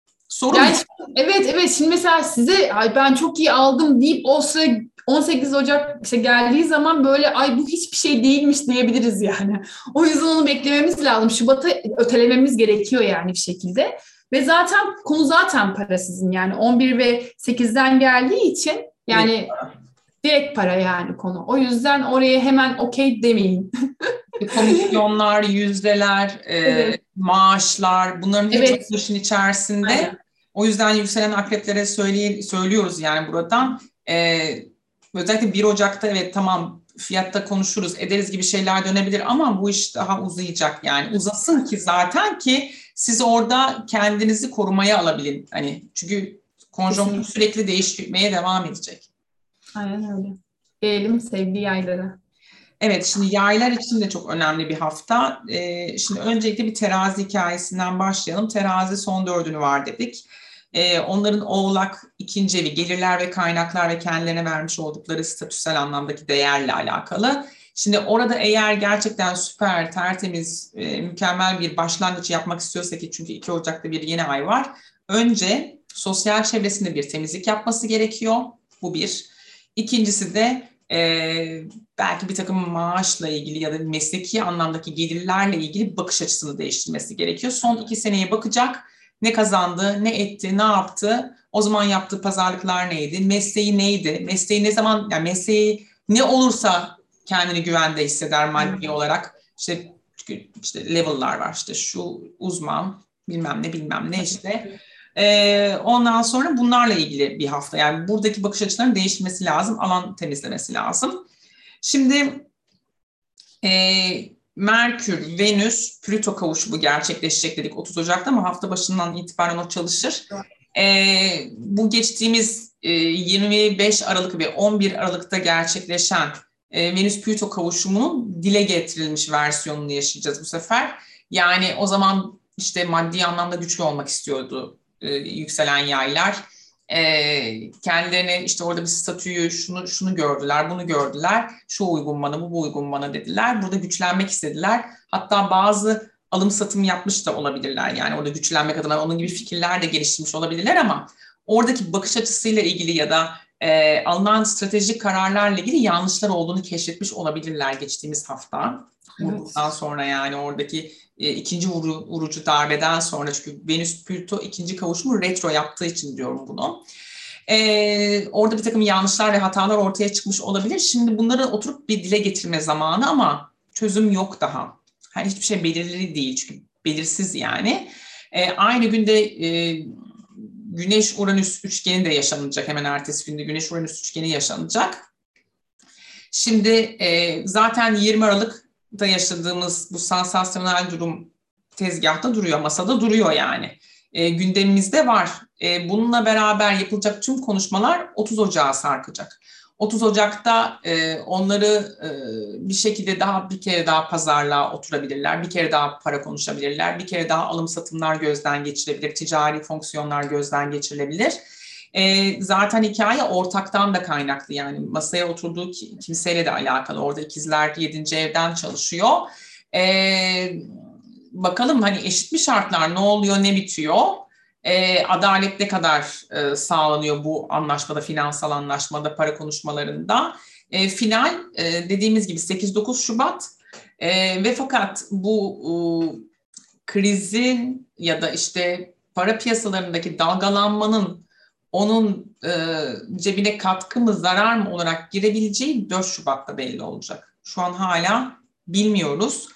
Sorun Yani bu. şimdi- evet evet şimdi mesela size ay ben çok iyi aldım deyip o sıra on sekiz Ocak işte geldiği zaman böyle ay bu hiçbir şey değilmiş diyebiliriz yani. O yüzden onu beklememiz lazım. Şubat'a ötelememiz gerekiyor yani bir şekilde. Ve zaten konu zaten para sizin yani on bir ve sekizden geldiği için Direkt yani direkt para yani konu. O yüzden oraya hemen okey demeyin. komisyonlar, yüzdeler, e, Evet. maaşlar, bunların hepsi Evet. bu işin içerisinde. Aynen. O yüzden yükselen akreplere söyleye, söylüyoruz yani buradan. E, özellikle bir Ocak'ta evet tamam fiyatta konuşuruz, ederiz gibi şeyler dönebilir ama bu iş daha uzayacak yani. Uzasın ki zaten ki siz orada kendinizi korumaya alabilin. Hani çünkü konjonktür Kesinlikle. sürekli değişmeye devam edecek. Aynen öyle. Gelelim sevgili yaylara. Evet, şimdi yaylar için de çok önemli bir hafta. Ee, şimdi öncelikle bir terazi hikayesinden başlayalım. Terazi son dördünü var dedik. Ee, onların Oğlak ikinci evi, gelirler ve kaynaklar ve kendilerine vermiş oldukları statüsel anlamdaki değerle alakalı. Şimdi orada eğer gerçekten süper, tertemiz, e, mükemmel bir başlangıç yapmak istiyorsa ki çünkü iki Ocak'ta bir yeni ay var. Önce sosyal çevresinde bir temizlik yapması gerekiyor. Bu bir. İkincisi de e, belki bir takım maaşla ilgili ya da mesleki anlamdaki gelirlerle ilgili bakış açısını değiştirmesi gerekiyor. Son iki seneye bakacak. Ne kazandı, ne etti, ne yaptı? O zaman yaptığı pazarlıklar neydi? Mesleği neydi? Mesleği ne zaman, yani mesleği ne olursa kendini güvende hisseder maddi olarak. İşte, işte level'lar var, işte şu uzman, bilmem ne bilmem ne işte. Ee, ondan sonra bunlarla ilgili bir hafta. Yani buradaki bakış açılarının değişmesi lazım, alan temizlemesi lazım. Şimdi e, Merkür, Venüs, Plüto kavuşumu gerçekleşecek dedik otuz Ocak'ta ama hafta başından itibaren o çalışır. E, bu geçtiğimiz e, yirmi beş Aralık ve on bir Aralık'ta gerçekleşen e, Venüs-Plüto kavuşumunun dile getirilmiş versiyonunu yaşayacağız bu sefer. Yani o zaman işte maddi anlamda güçlü olmak istiyordu e, yükselen yaylar. E, kendilerine işte orada bir statüyü şunu şunu gördüler, bunu gördüler. Şu uygun bana, bu, bu uygun bana dediler. Burada güçlenmek istediler. Hatta bazı alım satım yapmış da olabilirler. Yani orada güçlenmek adına onun gibi fikirler de geliştirmiş olabilirler ama oradaki bakış açısıyla ilgili ya da e, alınan stratejik kararlarla ilgili yanlışlar olduğunu keşfetmiş olabilirler geçtiğimiz hafta. Evet. Bundan sonra yani oradaki e, ikinci vuru, vurucu darbeden sonra çünkü Venüs Plüto ikinci kavuşumu retro yaptığı için diyorum bunu. E, orada bir takım yanlışlar ve hatalar ortaya çıkmış olabilir. Şimdi bunları oturup bir dile getirme zamanı ama çözüm yok daha. Yani hiçbir şey belirli değil çünkü belirsiz yani. E, aynı günde e, Güneş-Uranüs üçgeni de yaşanacak. Hemen ertesi günde Güneş-Uranüs üçgeni yaşanacak. Şimdi e, zaten yirmi Aralık'ta yaşadığımız bu sansasyonel durum tezgahta duruyor, masada duruyor yani. E, gündemimizde var. E, bununla beraber yapılacak tüm konuşmalar otuz Ocağı sarkacak. otuz Ocak'ta e, onları e, bir şekilde daha bir kere daha pazarlığa oturabilirler, bir kere daha para konuşabilirler, bir kere daha alım satımlar gözden geçirebilir, ticari fonksiyonlar gözden geçirilebilir. E, zaten hikaye ortaktan da kaynaklı, yani masaya oturduğu kimseyle de alakalı. Orada ikizler yedinci evden çalışıyor. E, bakalım hani eşit mi şartlar, ne oluyor, ne bitiyor? E, adalet ne kadar e, sağlanıyor bu anlaşmada, finansal anlaşmada, para konuşmalarında? E, final e, dediğimiz gibi sekiz dokuz Şubat e, ve fakat bu e, krizin ya da işte para piyasalarındaki dalgalanmanın onun e, cebine katkı mı zarar mı olarak girebileceği dört Şubat'ta belli olacak. Şu an hala bilmiyoruz.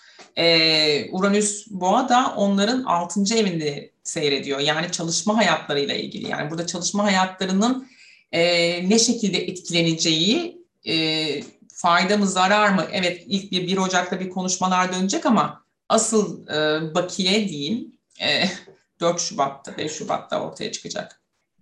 Ee, Uranüs Boğa da onların altıncı evinde seyrediyor. Yani çalışma hayatlarıyla ilgili. Yani burada çalışma hayatlarının e, ne şekilde etkileneceği, e, fayda mı zarar mı? Evet, ilk bir 1 Ocak'ta bir konuşmalar dönecek ama asıl e, bakiye diyeyim e, dört Şubat'ta, beş Şubat'ta ortaya çıkacak.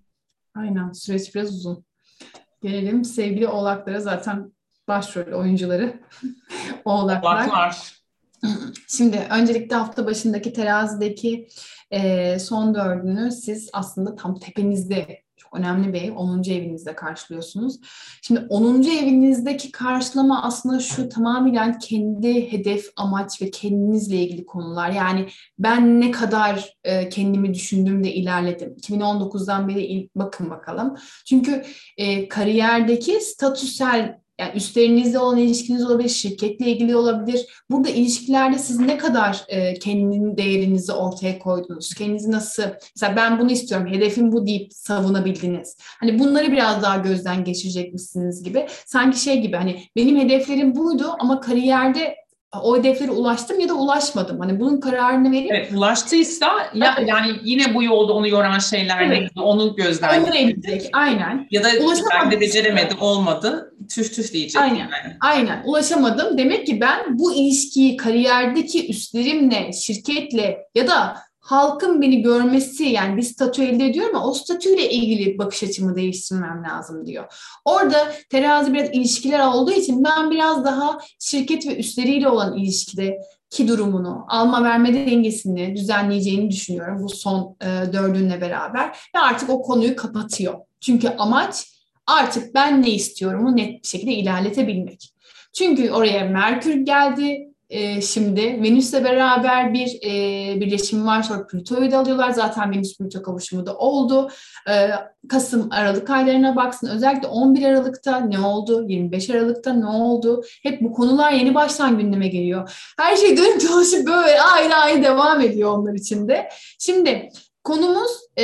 Aynen, süreç biraz uzun. Gelelim sevgili oğlaklara, zaten başrol oyuncuları oğlaklar. Oğlaklar. Şimdi öncelikle hafta başındaki terazideki e, son dördünü siz aslında tam tepenizde, çok önemli bir ev, onuncu evinizde karşılıyorsunuz. Şimdi onuncu evinizdeki karşılama aslında şu, tamamen kendi hedef, amaç ve kendinizle ilgili konular. Yani ben ne kadar e, kendimi düşündüğümde ilerledim. iki bin on dokuzdan beri bakın bakalım. Çünkü e, kariyerdeki statüsel, yani üstlerinizle olan ilişkiniz olabilir, şirketle ilgili olabilir. Burada ilişkilerde siz ne kadar e, kendinin değerinizi ortaya koydunuz? Kendinizi nasıl, mesela ben bunu istiyorum, hedefim bu deyip savunabildiniz. Hani bunları biraz daha gözden geçirecekmişsiniz gibi. Sanki şey gibi, hani benim hedeflerim buydu ama kariyerde o hedeflere ulaştım ya da ulaşmadım. Hani bunun kararını verip... Evet, ulaştıysa ya, evet, yani yine bu yolda onu yoran şeyler evet, neydi, onu gözden onları geçirecek. eleyecek, aynen. Ya da ben de Ulaşamadım. beceremedim, olmadı, tüh tüh diyecek Aynen, yani. aynen. Ulaşamadım. Demek ki ben bu ilişkiyi kariyerdeki üstlerimle, şirketle ya da halkın beni görmesi, yani bir statü elde ediyorum ama o statüyle ilgili bakış açımı değiştirmem lazım diyor. Orada terazi biraz ilişkiler olduğu için ben biraz daha şirket ve üstleriyle olan ilişkideki durumunu, alma verme dengesini düzenleyeceğini düşünüyorum bu son e, dördünle beraber ve artık o konuyu kapatıyor. Çünkü amaç artık ben ne istiyorumu net bir şekilde ilerletebilmek. Çünkü oraya Merkür geldi. E, şimdi Venüs'le beraber bir e, birleşim var. Sonra Plüto'yu da alıyorlar. Zaten Venüs-Plüto kavuşumu da oldu. E, Kasım, Aralık aylarına baksın. Özellikle on bir Aralık'ta ne oldu? yirmi beş Aralık'ta ne oldu? Hep bu konular yeni baştan gündeme geliyor. Her şey dönüp dolaşıp böyle ayrı ayrı devam ediyor onlar için de. Şimdi konumuz e,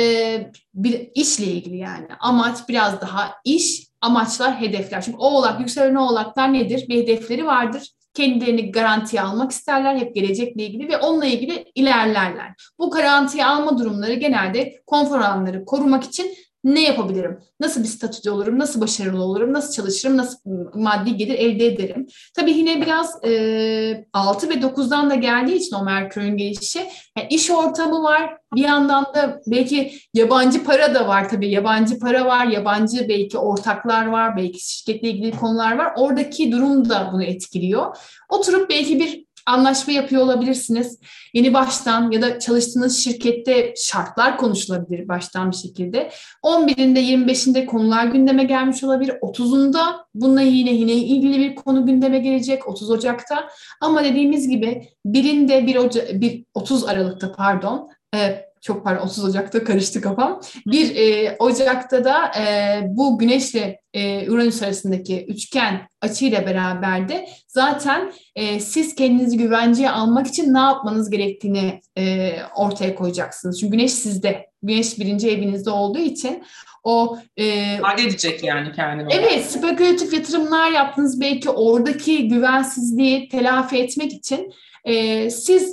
bir işle ilgili yani. Amaç biraz daha iş, amaçlar, hedefler. Çünkü oğlak, yükselen oğlaklar nedir? Bir hedefleri vardır. Kendilerini garantiye almak isterler, hep gelecekle ilgili ve onunla ilgili ilerlerler. Bu garantiye alma durumları genelde konfor alanları korumak için ne yapabilirim? Nasıl bir statüde olurum? Nasıl başarılı olurum? Nasıl çalışırım? Nasıl maddi gelir elde ederim? Tabii yine biraz e, altı ve dokuzdan da geldiği için o Merkür'ün gelişi, yani iş ortamı var. Bir yandan da belki yabancı para da var tabii. Yabancı para var, yabancı belki ortaklar var, belki şirketle ilgili konular var. Oradaki durum da bunu etkiliyor. Oturup belki bir anlaşma yapıyor olabilirsiniz. Yeni baştan ya da çalıştığınız şirkette şartlar konuşulabilir baştan bir şekilde. on birinde yirmi beşinde konular gündeme gelmiş olabilir. otuzunda bununla yine yine ilgili bir konu gündeme gelecek otuz Ocak'ta. Ama dediğimiz gibi birinde bir Oca- bir otuz Aralık'ta pardon. Ee, çok pardon otuz Ocak'ta karıştı kafam. bir e, Ocak'ta da e, bu Güneş'le e, Uranüs arasındaki üçgen açıyla beraber de zaten e, siz kendinizi güvenceye almak için ne yapmanız gerektiğini e, ortaya koyacaksınız. Çünkü Güneş sizde. Güneş birinci evinizde olduğu için o e, Halledecek yani kendini. evet, spekülatif yatırımlar yaptınız belki oradaki güvensizliği telafi etmek için e, siz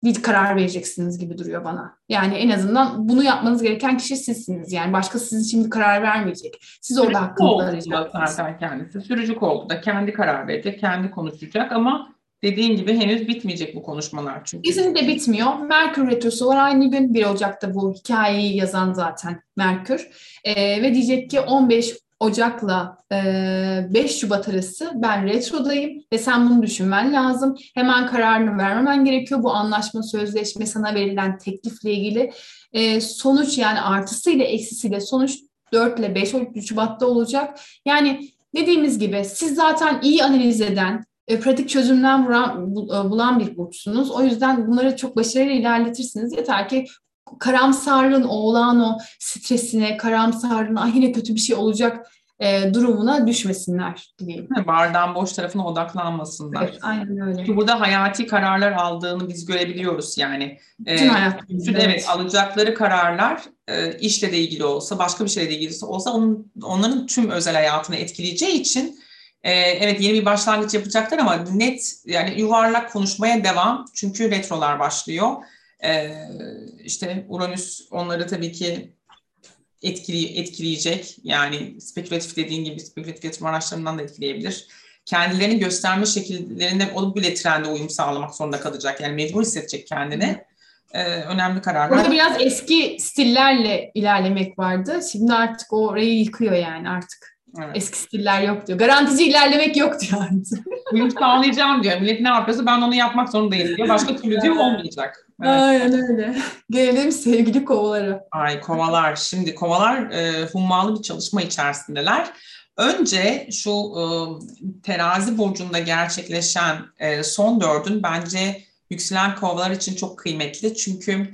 bir karar vereceksiniz gibi duruyor bana. Yani en azından bunu yapmanız gereken kişi sizsiniz. Yani başkası sizin için bir karar vermeyecek. Siz orada Sürücü hakkınızı koltuğu arayacaksınız. zaten kendisi. Sürücü koltuğunda kendi karar verecek, kendi konuşacak ama dediğin gibi henüz bitmeyecek bu konuşmalar çünkü. Kesinlikle bitmiyor. Merkür Retrosu var aynı gün. bir Ocak'ta bu hikayeyi yazan zaten Merkür. Ee, ve diyecek ki on beş Ocak'la e, beş Şubat arası ben retrodayım ve sen bunu düşünmen lazım. Hemen kararını vermemen gerekiyor. Bu anlaşma, sözleşme, sana verilen teklifle ilgili e, sonuç, yani artısıyla eksisiyle sonuç dört ile beş Şubat'ta olacak. Yani dediğimiz gibi siz zaten iyi analiz eden, e, pratik çözümler bulan, bulan bir burçsunuz. O yüzden bunları çok başarıyla ilerletirsiniz. Yeter ki karamsarlığın, o olağan o stresine, karamsarlığın ah yine kötü bir şey olacak e, durumuna düşmesinler diyeyim. Bardağın boş tarafına odaklanmasınlar. Evet, aynen öyle. Çünkü burada hayati kararlar aldığını biz görebiliyoruz yani. Bütün Ee, hayatımızda, evet, evet. alacakları kararlar e, işle de ilgili olsa, başka bir şeyle de ilgili olsa onun, onların tüm özel hayatını etkileyeceği için e, evet yeni bir başlangıç yapacaklar ama net yani yuvarlak konuşmaya devam. Çünkü retrolar başlıyor. E, işte Uranüs onları tabii ki etkili, etkileyecek. Yani spekülatif dediğin gibi spekülatif yatırım araçlarından da etkileyebilir. Kendilerini gösterme şekillerinde o bile trende uyum sağlamak zorunda kalacak. Yani mecbur hissedecek kendini. Ee, önemli kararlar. Burada biraz eski stillerle ilerlemek vardı. Şimdi artık orayı yıkıyor yani artık. Evet. Eski stiller yok diyor. Garantici ilerlemek yok diyor artık. Uyum sağlayacağım diyor. Millet ne yapıyorsa ben onu yapmak zorundayım diyor. Başka türlü diyor olmayacak. Evet. Aynen öyle. Gelelim sevgili kovalara. Ay kovalar. Şimdi kovalar e, hummalı bir çalışma içerisindeler. Önce şu e, terazi burcunda gerçekleşen e, son dördün bence yükselen kovalar için çok kıymetli. Çünkü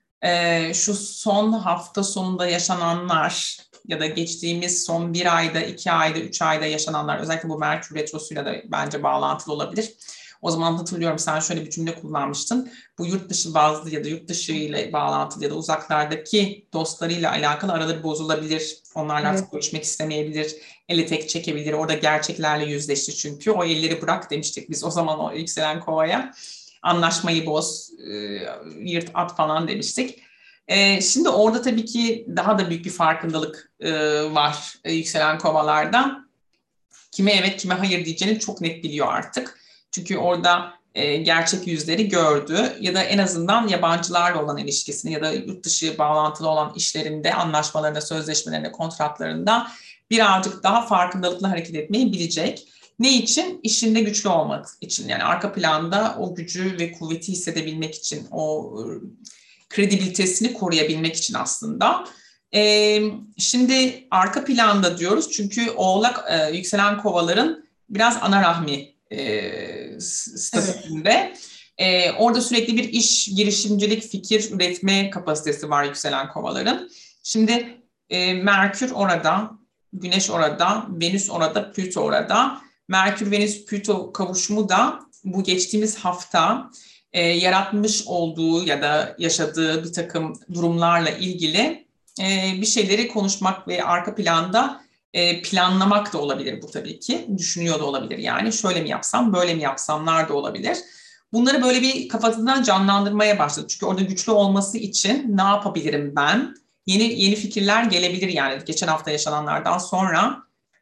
e, şu son hafta sonunda yaşananlar ya da geçtiğimiz son bir ayda, iki ayda, üç ayda yaşananlar özellikle bu Merkür Retrosu'yla da bence bağlantılı olabilir. O zaman hatırlıyorum sen şöyle bir cümle kullanmıştın. Bu yurt dışı bazlı ya da yurt dışı ile bağlantılı ya da uzaklardaki dostlarıyla alakalı araları bozulabilir. Onlarla artık evet. görüşmek istemeyebilir. Eli tek çekebilir. Orada gerçeklerle yüzleşti çünkü. O elleri bırak demiştik biz o zaman o yükselen kovaya. Anlaşmayı boz, yırt at falan demiştik. Şimdi orada tabii ki daha da büyük bir farkındalık var yükselen kovalarda. Kime evet kime hayır diyeceğini çok net biliyor artık. Çünkü orada e, gerçek yüzleri gördü ya da en azından yabancılarla olan ilişkisini ya da yurt dışı bağlantılı olan işlerinde, anlaşmalarında, sözleşmelerinde, kontratlarında birazcık daha farkındalıkla hareket etmeyi bilecek. Ne için? İşinde güçlü olmak için. Yani arka planda o gücü ve kuvveti hissedebilmek için, o kredibilitesini koruyabilmek için aslında. Ee, şimdi arka planda diyoruz çünkü Oğlak e, yükselen kovaların biraz ana rahmi e, statüsünde. Evet. E, orada sürekli bir iş, girişimcilik, fikir üretme kapasitesi var yükselen kovaların. Şimdi e, Merkür orada, Güneş orada, Venüs orada, Plüto orada. Merkür-Venüs-Plüto kavuşumu da bu geçtiğimiz hafta e, yaratmış olduğu ya da yaşadığı bir takım durumlarla ilgili e, bir şeyleri konuşmak ve arka planda e, planlamak da olabilir bu tabii ki. Düşünüyor da olabilir yani şöyle mi yapsam, böyle mi yapsamlar da olabilir. Bunları böyle bir kafasından canlandırmaya başladı. Çünkü orada güçlü olması için ne yapabilirim ben? Yeni yeni fikirler gelebilir yani geçen hafta yaşananlardan sonra.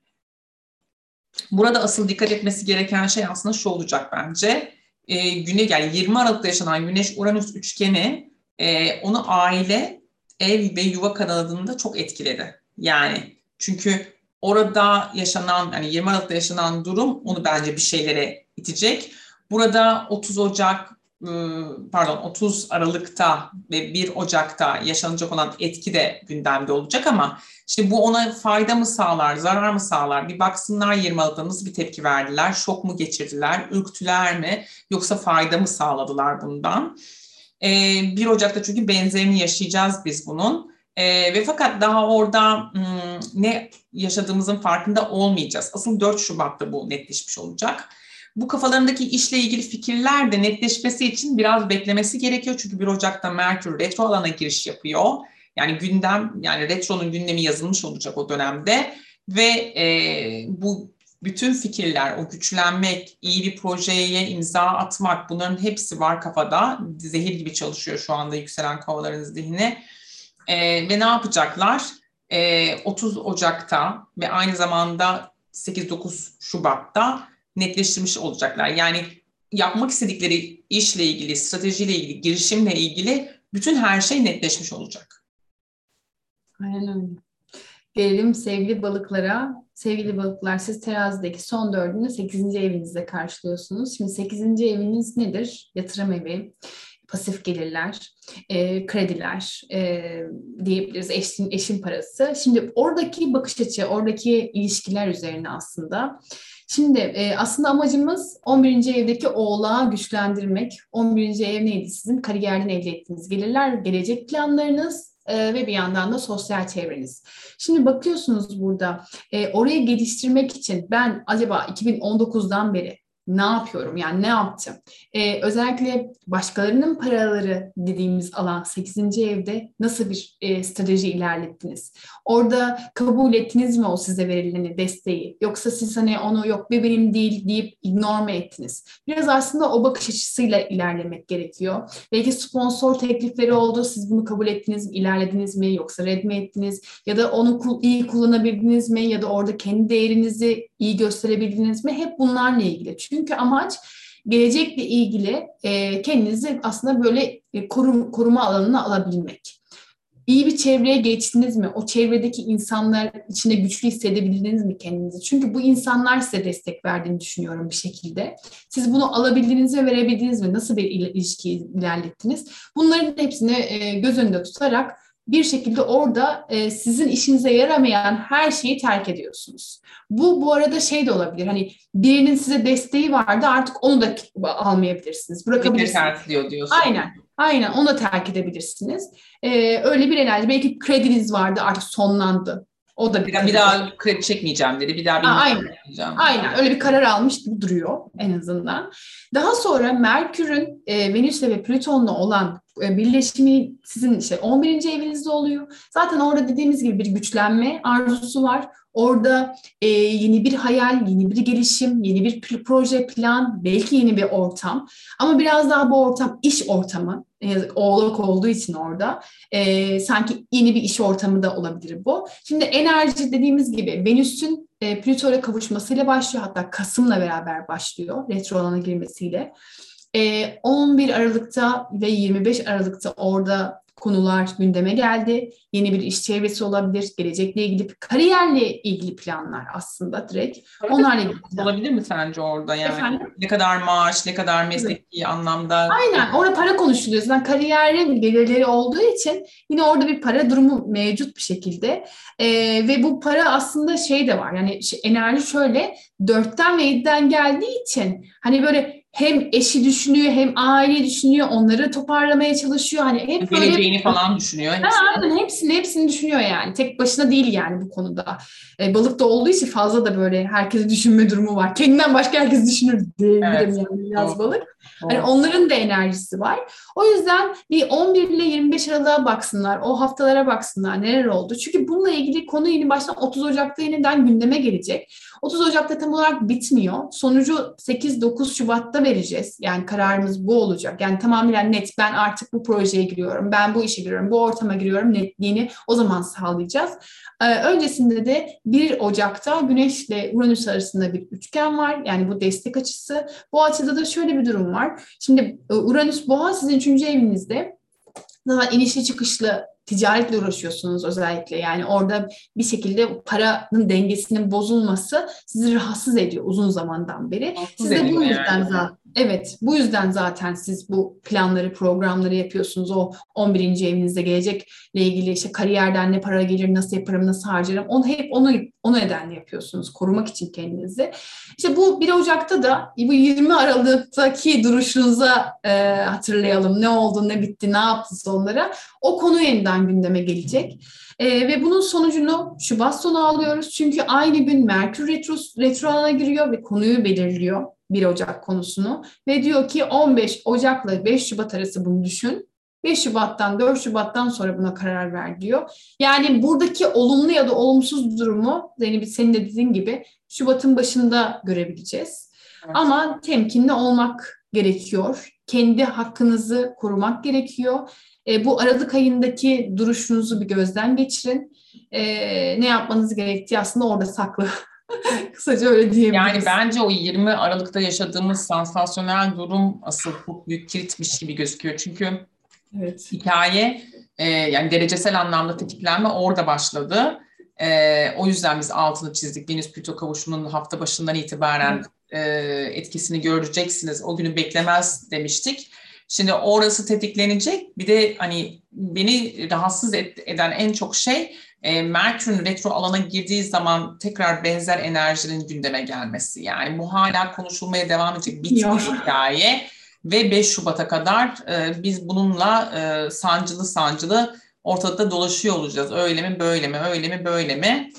Burada asıl dikkat etmesi gereken şey aslında şu olacak bence. E, güne yani yirmi Aralık'ta yaşanan Güneş-Uranüs üçgeni e, onu aile, ev ve yuva kanalında çok etkiledi. Yani çünkü orada yaşanan yani yirmi Aralık'ta yaşanan durum onu bence bir şeylere itecek. Burada otuz Ocak pardon otuz Aralık'ta ve bir Ocak'ta yaşanacak olan etki de gündemde olacak ama işte bu ona fayda mı sağlar, zarar mı sağlar? Bir baksınlar yirmi Aralık'ta nasıl bir tepki verdiler, şok mu geçirdiler, ürktüler mi yoksa fayda mı sağladılar bundan? Ee, bir Ocak'ta çünkü benzerini yaşayacağız biz bunun. Ee, ve fakat daha orada hmm, ne yaşadığımızın farkında olmayacağız. Asıl dört Şubat'ta bu netleşmiş olacak. Bu kafalarındaki işle ilgili fikirler de netleşmesi için biraz beklemesi gerekiyor. Çünkü bir Ocak'ta Merkür retro alana giriş yapıyor. Yani gündem, yani retronun gündemi yazılmış olacak o dönemde. Ve e, bu bütün fikirler, o güçlenmek, iyi bir projeye imza atmak, bunların hepsi var kafada. Zehir gibi çalışıyor şu anda yükselen kovaların zihni. Ee, ve ne yapacaklar? Ee, otuz Ocak'ta ve aynı zamanda sekiz dokuz Şubat'ta netleştirmiş olacaklar. Yani yapmak istedikleri işle ilgili, stratejiyle ilgili, girişimle ilgili bütün her şey netleşmiş olacak. Aynen öyle. Gelelim sevgili balıklara. Sevgili balıklar, siz terazideki son dördünü sekizinci evinizde karşılıyorsunuz. Şimdi sekizinci eviniz nedir? Yatırım evi, pasif gelirler, e, krediler e, diyebiliriz, eşin, eşin parası. Şimdi oradaki bakış açı, oradaki ilişkiler üzerine aslında. Şimdi e, aslında amacımız on birinci evdeki oğlağı güçlendirmek. on birinci ev neydi sizin? Kariyerden elde ettiğiniz gelirler, gelecek planlarınız e, ve bir yandan da sosyal çevreniz. Şimdi bakıyorsunuz burada e, orayı geliştirmek için ben acaba iki bin on dokuzdan beri ne yapıyorum? Yani ne yaptım? Ee, özellikle başkalarının paraları dediğimiz alan sekizinci evde nasıl bir e, strateji ilerlettiniz? Orada kabul ettiniz mi o size verileni, desteği? Yoksa siz hani onu yok be benim değil deyip ignore mu ettiniz? Biraz aslında o bakış açısıyla ilerlemek gerekiyor. Belki sponsor teklifleri oldu. Siz bunu kabul ettiniz mi, ilerlediniz mi? Yoksa red mi ettiniz? Ya da onu iyi kullanabildiniz mi? Ya da orada kendi değerinizi iyi gösterebildiniz mi? Hep bunlarla ilgili. Çünkü amaç gelecekle ilgili e, kendinizi aslında böyle e, korum, koruma alanına alabilmek. İyi bir çevreye geçtiniz mi? O çevredeki insanlar içinde güçlü hissedebildiniz mi kendinizi? Çünkü bu insanlar size destek verdiğini düşünüyorum bir şekilde. Siz bunu alabildiniz ve verebildiniz mi? Nasıl bir ilişki ilerlettiniz? Bunların hepsini e, göz önünde tutarak bir şekilde orada e, sizin işinize yaramayan her şeyi terk ediyorsunuz. Bu bu arada şey de olabilir. Hani birinin size desteği vardı, artık onu da almayabilirsiniz. Bırakabilirsiniz. Tersliyor diyorsun. Aynen. Aynen onu da terk edebilirsiniz. Ee, öyle bir enerji. Belki krediniz vardı, artık sonlandı. O da bir, bir daha kredi çekmeyeceğim dedi. Bir daha Aa, aynen. çekmeyeceğim. Aynen öyle bir karar almış gibi duruyor en azından. Daha sonra Merkür'ün e, Venüs'le ve Plüton'la olan e, birleşimi sizin işte on birinci evinizde oluyor. Zaten orada dediğimiz gibi bir güçlenme arzusu var. Orada e, yeni bir hayal, yeni bir gelişim, yeni bir proje, plan, belki yeni bir ortam. Ama biraz daha bu ortam iş ortamı. E, oğlak olduğu için orada. E, sanki yeni bir iş ortamı da olabilir bu. Şimdi enerji dediğimiz gibi Venüs'ün e, Plüton'a kavuşmasıyla başlıyor. Hatta Kasım'la beraber başlıyor. Retro alana girmesiyle. E, on bir Aralık'ta ve yirmi beş Aralık'ta orada konular gündeme geldi. Yeni bir iş çevresi olabilir. Gelecekle ilgili, kariyerle ilgili planlar aslında direkt. Evet, onlarla ilgili. Olabilir mi sence orada yani? Efendim? Ne kadar maaş, ne kadar mesleki evet. anlamda? Aynen. Orada para konuşuluyor. Zaten kariyerin gelirleri olduğu için yine orada bir para durumu mevcut bir şekilde. Ee, ve bu para aslında şey de var. Yani enerji şöyle dörtten ve yediden geldiği için hani böyle hem eşi düşünüyor hem aileyi düşünüyor, onları toparlamaya çalışıyor. Hani hep böyle geleceğini falan düşünüyor. Hepsini. Ha, aynen hepsini hepsini düşünüyor yani. Tek başına değil yani bu konuda. E, balık da olduğu için fazla da böyle herkesi düşünme durumu var. Kendinden başka herkes düşünür diyebilirim evet. yani biraz balık. Oh. Hani onların da enerjisi var. O yüzden bir on bir ile yirmi beş Aralık'a baksınlar. O haftalara baksınlar neler oldu. Çünkü bununla ilgili konu yeni baştan otuz Ocak'ta yeniden gündeme gelecek. otuz Ocak'ta tam olarak bitmiyor. Sonucu sekiz dokuz Şubat'ta vereceğiz. Yani kararımız bu olacak. Yani tamamen net, ben artık bu projeye giriyorum. Ben bu işe giriyorum. Bu ortama giriyorum. Netliğini o zaman sağlayacağız. Ee, öncesinde de bir Ocak'ta Güneş ile Uranüs arasında bir üçgen var. Yani bu destek açısı. Bu açıda da şöyle bir durum var. Şimdi Uranüs Boğa sizin üçüncü evinizde. Zaten inişli çıkışlı ticaretle uğraşıyorsunuz özellikle. Yani orada bir şekilde paranın dengesinin bozulması sizi rahatsız ediyor uzun zamandan beri. Siz de bu yüzden yani. zaten evet bu yüzden zaten siz bu planları, programları yapıyorsunuz. O on birinci evinizde gelecekle ilgili işte kariyerden ne para gelir, nasıl yaparım, nasıl harcarım. Onu hep onu o nedenle yapıyorsunuz. Korumak için kendinizi. İşte bu bir Ocak'ta da bu yirmi Aralık'taki duruşunuza e, hatırlayalım. Ne oldu, ne bitti, ne yaptınız onlara. O konu yeniden gündeme gelecek. Ee, ve bunun sonucunu Şubat sonu alıyoruz. Çünkü aynı gün Merkür retro, retro alana giriyor ve konuyu belirliyor. bir Ocak konusunu. Ve diyor ki on beş Ocak'la beş Şubat arası bunu düşün. beş Şubat'tan dört Şubat'tan sonra buna karar ver diyor. Yani buradaki olumlu ya da olumsuz durumu Zeynep senin de dediğin gibi Şubat'ın başında görebileceğiz. Evet. Ama temkinli olmak gerekiyor. Kendi hakkınızı korumak gerekiyor. E, bu Aralık ayındaki duruşunuzu bir gözden geçirin. E, ne yapmanız gerektiği aslında orada saklı. Kısaca öyle Yani diyebiliriz. bence o yirmi Aralık'ta yaşadığımız sansasyonel durum asıl çok büyük kilitmiş gibi gözüküyor. Çünkü Evet. hikaye e, yani derecesel anlamda tetiklenme orada başladı. E, o yüzden biz altını çizdik. Venüs-Plüto kavuşumunun hafta başından itibaren Evet. e, etkisini göreceksiniz. O günü beklemez demiştik. Şimdi orası tetiklenecek. Bir de hani beni rahatsız et, eden en çok şey e, Merkür'ün retro alana girdiği zaman tekrar benzer enerjinin gündeme gelmesi. Yani bu hala konuşulmaya devam edecek. Bitmiyor Bilmiyor. hikaye. Ve beş Şubat'a kadar e, biz bununla e, sancılı sancılı ortalıkta dolaşıyor olacağız. Öyle mi böyle mi öyle mi böyle mi?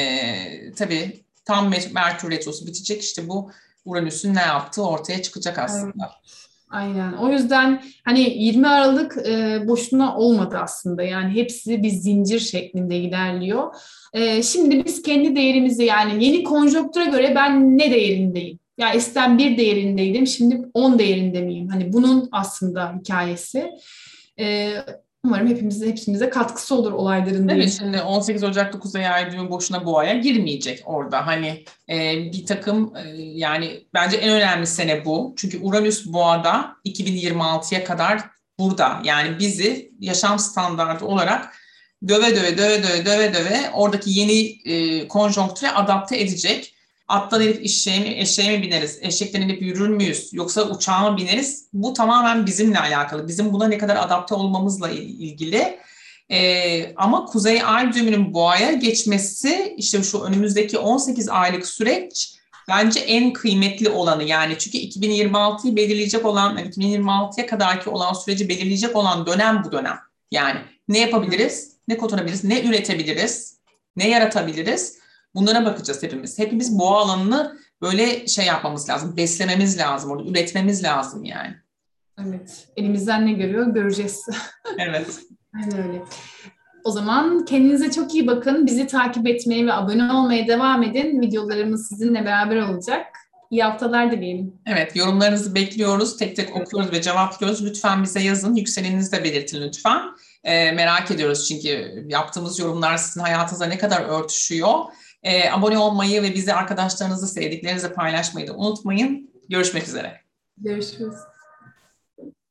E, tabii tam Merkür Retrosu bitecek, işte bu Uranüs'ün ne yaptığı ortaya çıkacak aslında. Aynen. O yüzden hani yirmi Aralık e, boşuna olmadı aslında. Yani hepsi bir zincir şeklinde ilerliyor. E, şimdi biz kendi değerimizi yani yeni konjonktüre göre ben ne değerindeyim? Ya eskiden bir değerindeydim, şimdi on değerinde miyim? Hani bunun aslında hikayesi. E, umarım hepimize hepimize katkısı olur olayların Evet, diyeyim. şimdi on sekiz Ocak'ta Kuzey Ay düğümü boşuna boğaya girmeyecek orada. Hani e, bir takım e, yani bence en önemli sene bu. Çünkü Uranüs boğada iki bin yirmi altıya kadar burada. Yani bizi yaşam standartı olarak döve döve döve döve döve döve oradaki yeni e, konjonktüre adapte edecek. Attan inip eşeğe mi, eşeğe mi bineriz? Eşekten inip yürür müyüz? Yoksa uçağa mı bineriz? Bu tamamen bizimle alakalı. Bizim buna ne kadar adapte olmamızla ilgili. Ee, ama Kuzey Ay düğümünün boğaya geçmesi işte şu önümüzdeki on sekiz aylık süreç bence en kıymetli olanı. Yani çünkü iki bin yirmi altıyı belirleyecek olan, yani iki bin yirmi altıya kadarki olan süreci belirleyecek olan dönem bu dönem. Yani ne yapabiliriz, ne kotarabiliriz, ne üretebiliriz, ne yaratabiliriz? Bunlara bakacağız hepimiz. Hepimiz boğa alanını böyle şey yapmamız lazım, beslememiz lazım, orada üretmemiz lazım yani. Evet. Elimizden ne görüyor göreceğiz. Evet. Aynen öyle. O zaman kendinize çok iyi bakın. Bizi takip etmeye ve abone olmaya devam edin. Videolarımız sizinle beraber olacak. İyi haftalar dileyelim. Evet, yorumlarınızı bekliyoruz. Tek tek okuyoruz ve cevaplıyoruz. Lütfen bize yazın. Yükseleninizi de belirtin lütfen. Ee, merak ediyoruz çünkü yaptığımız yorumlar sizin hayatınızda ne kadar örtüşüyor. Ee, abone olmayı ve bizi arkadaşlarınızı, sevdiklerinizle paylaşmayı da unutmayın. Görüşmek üzere. Görüşürüz.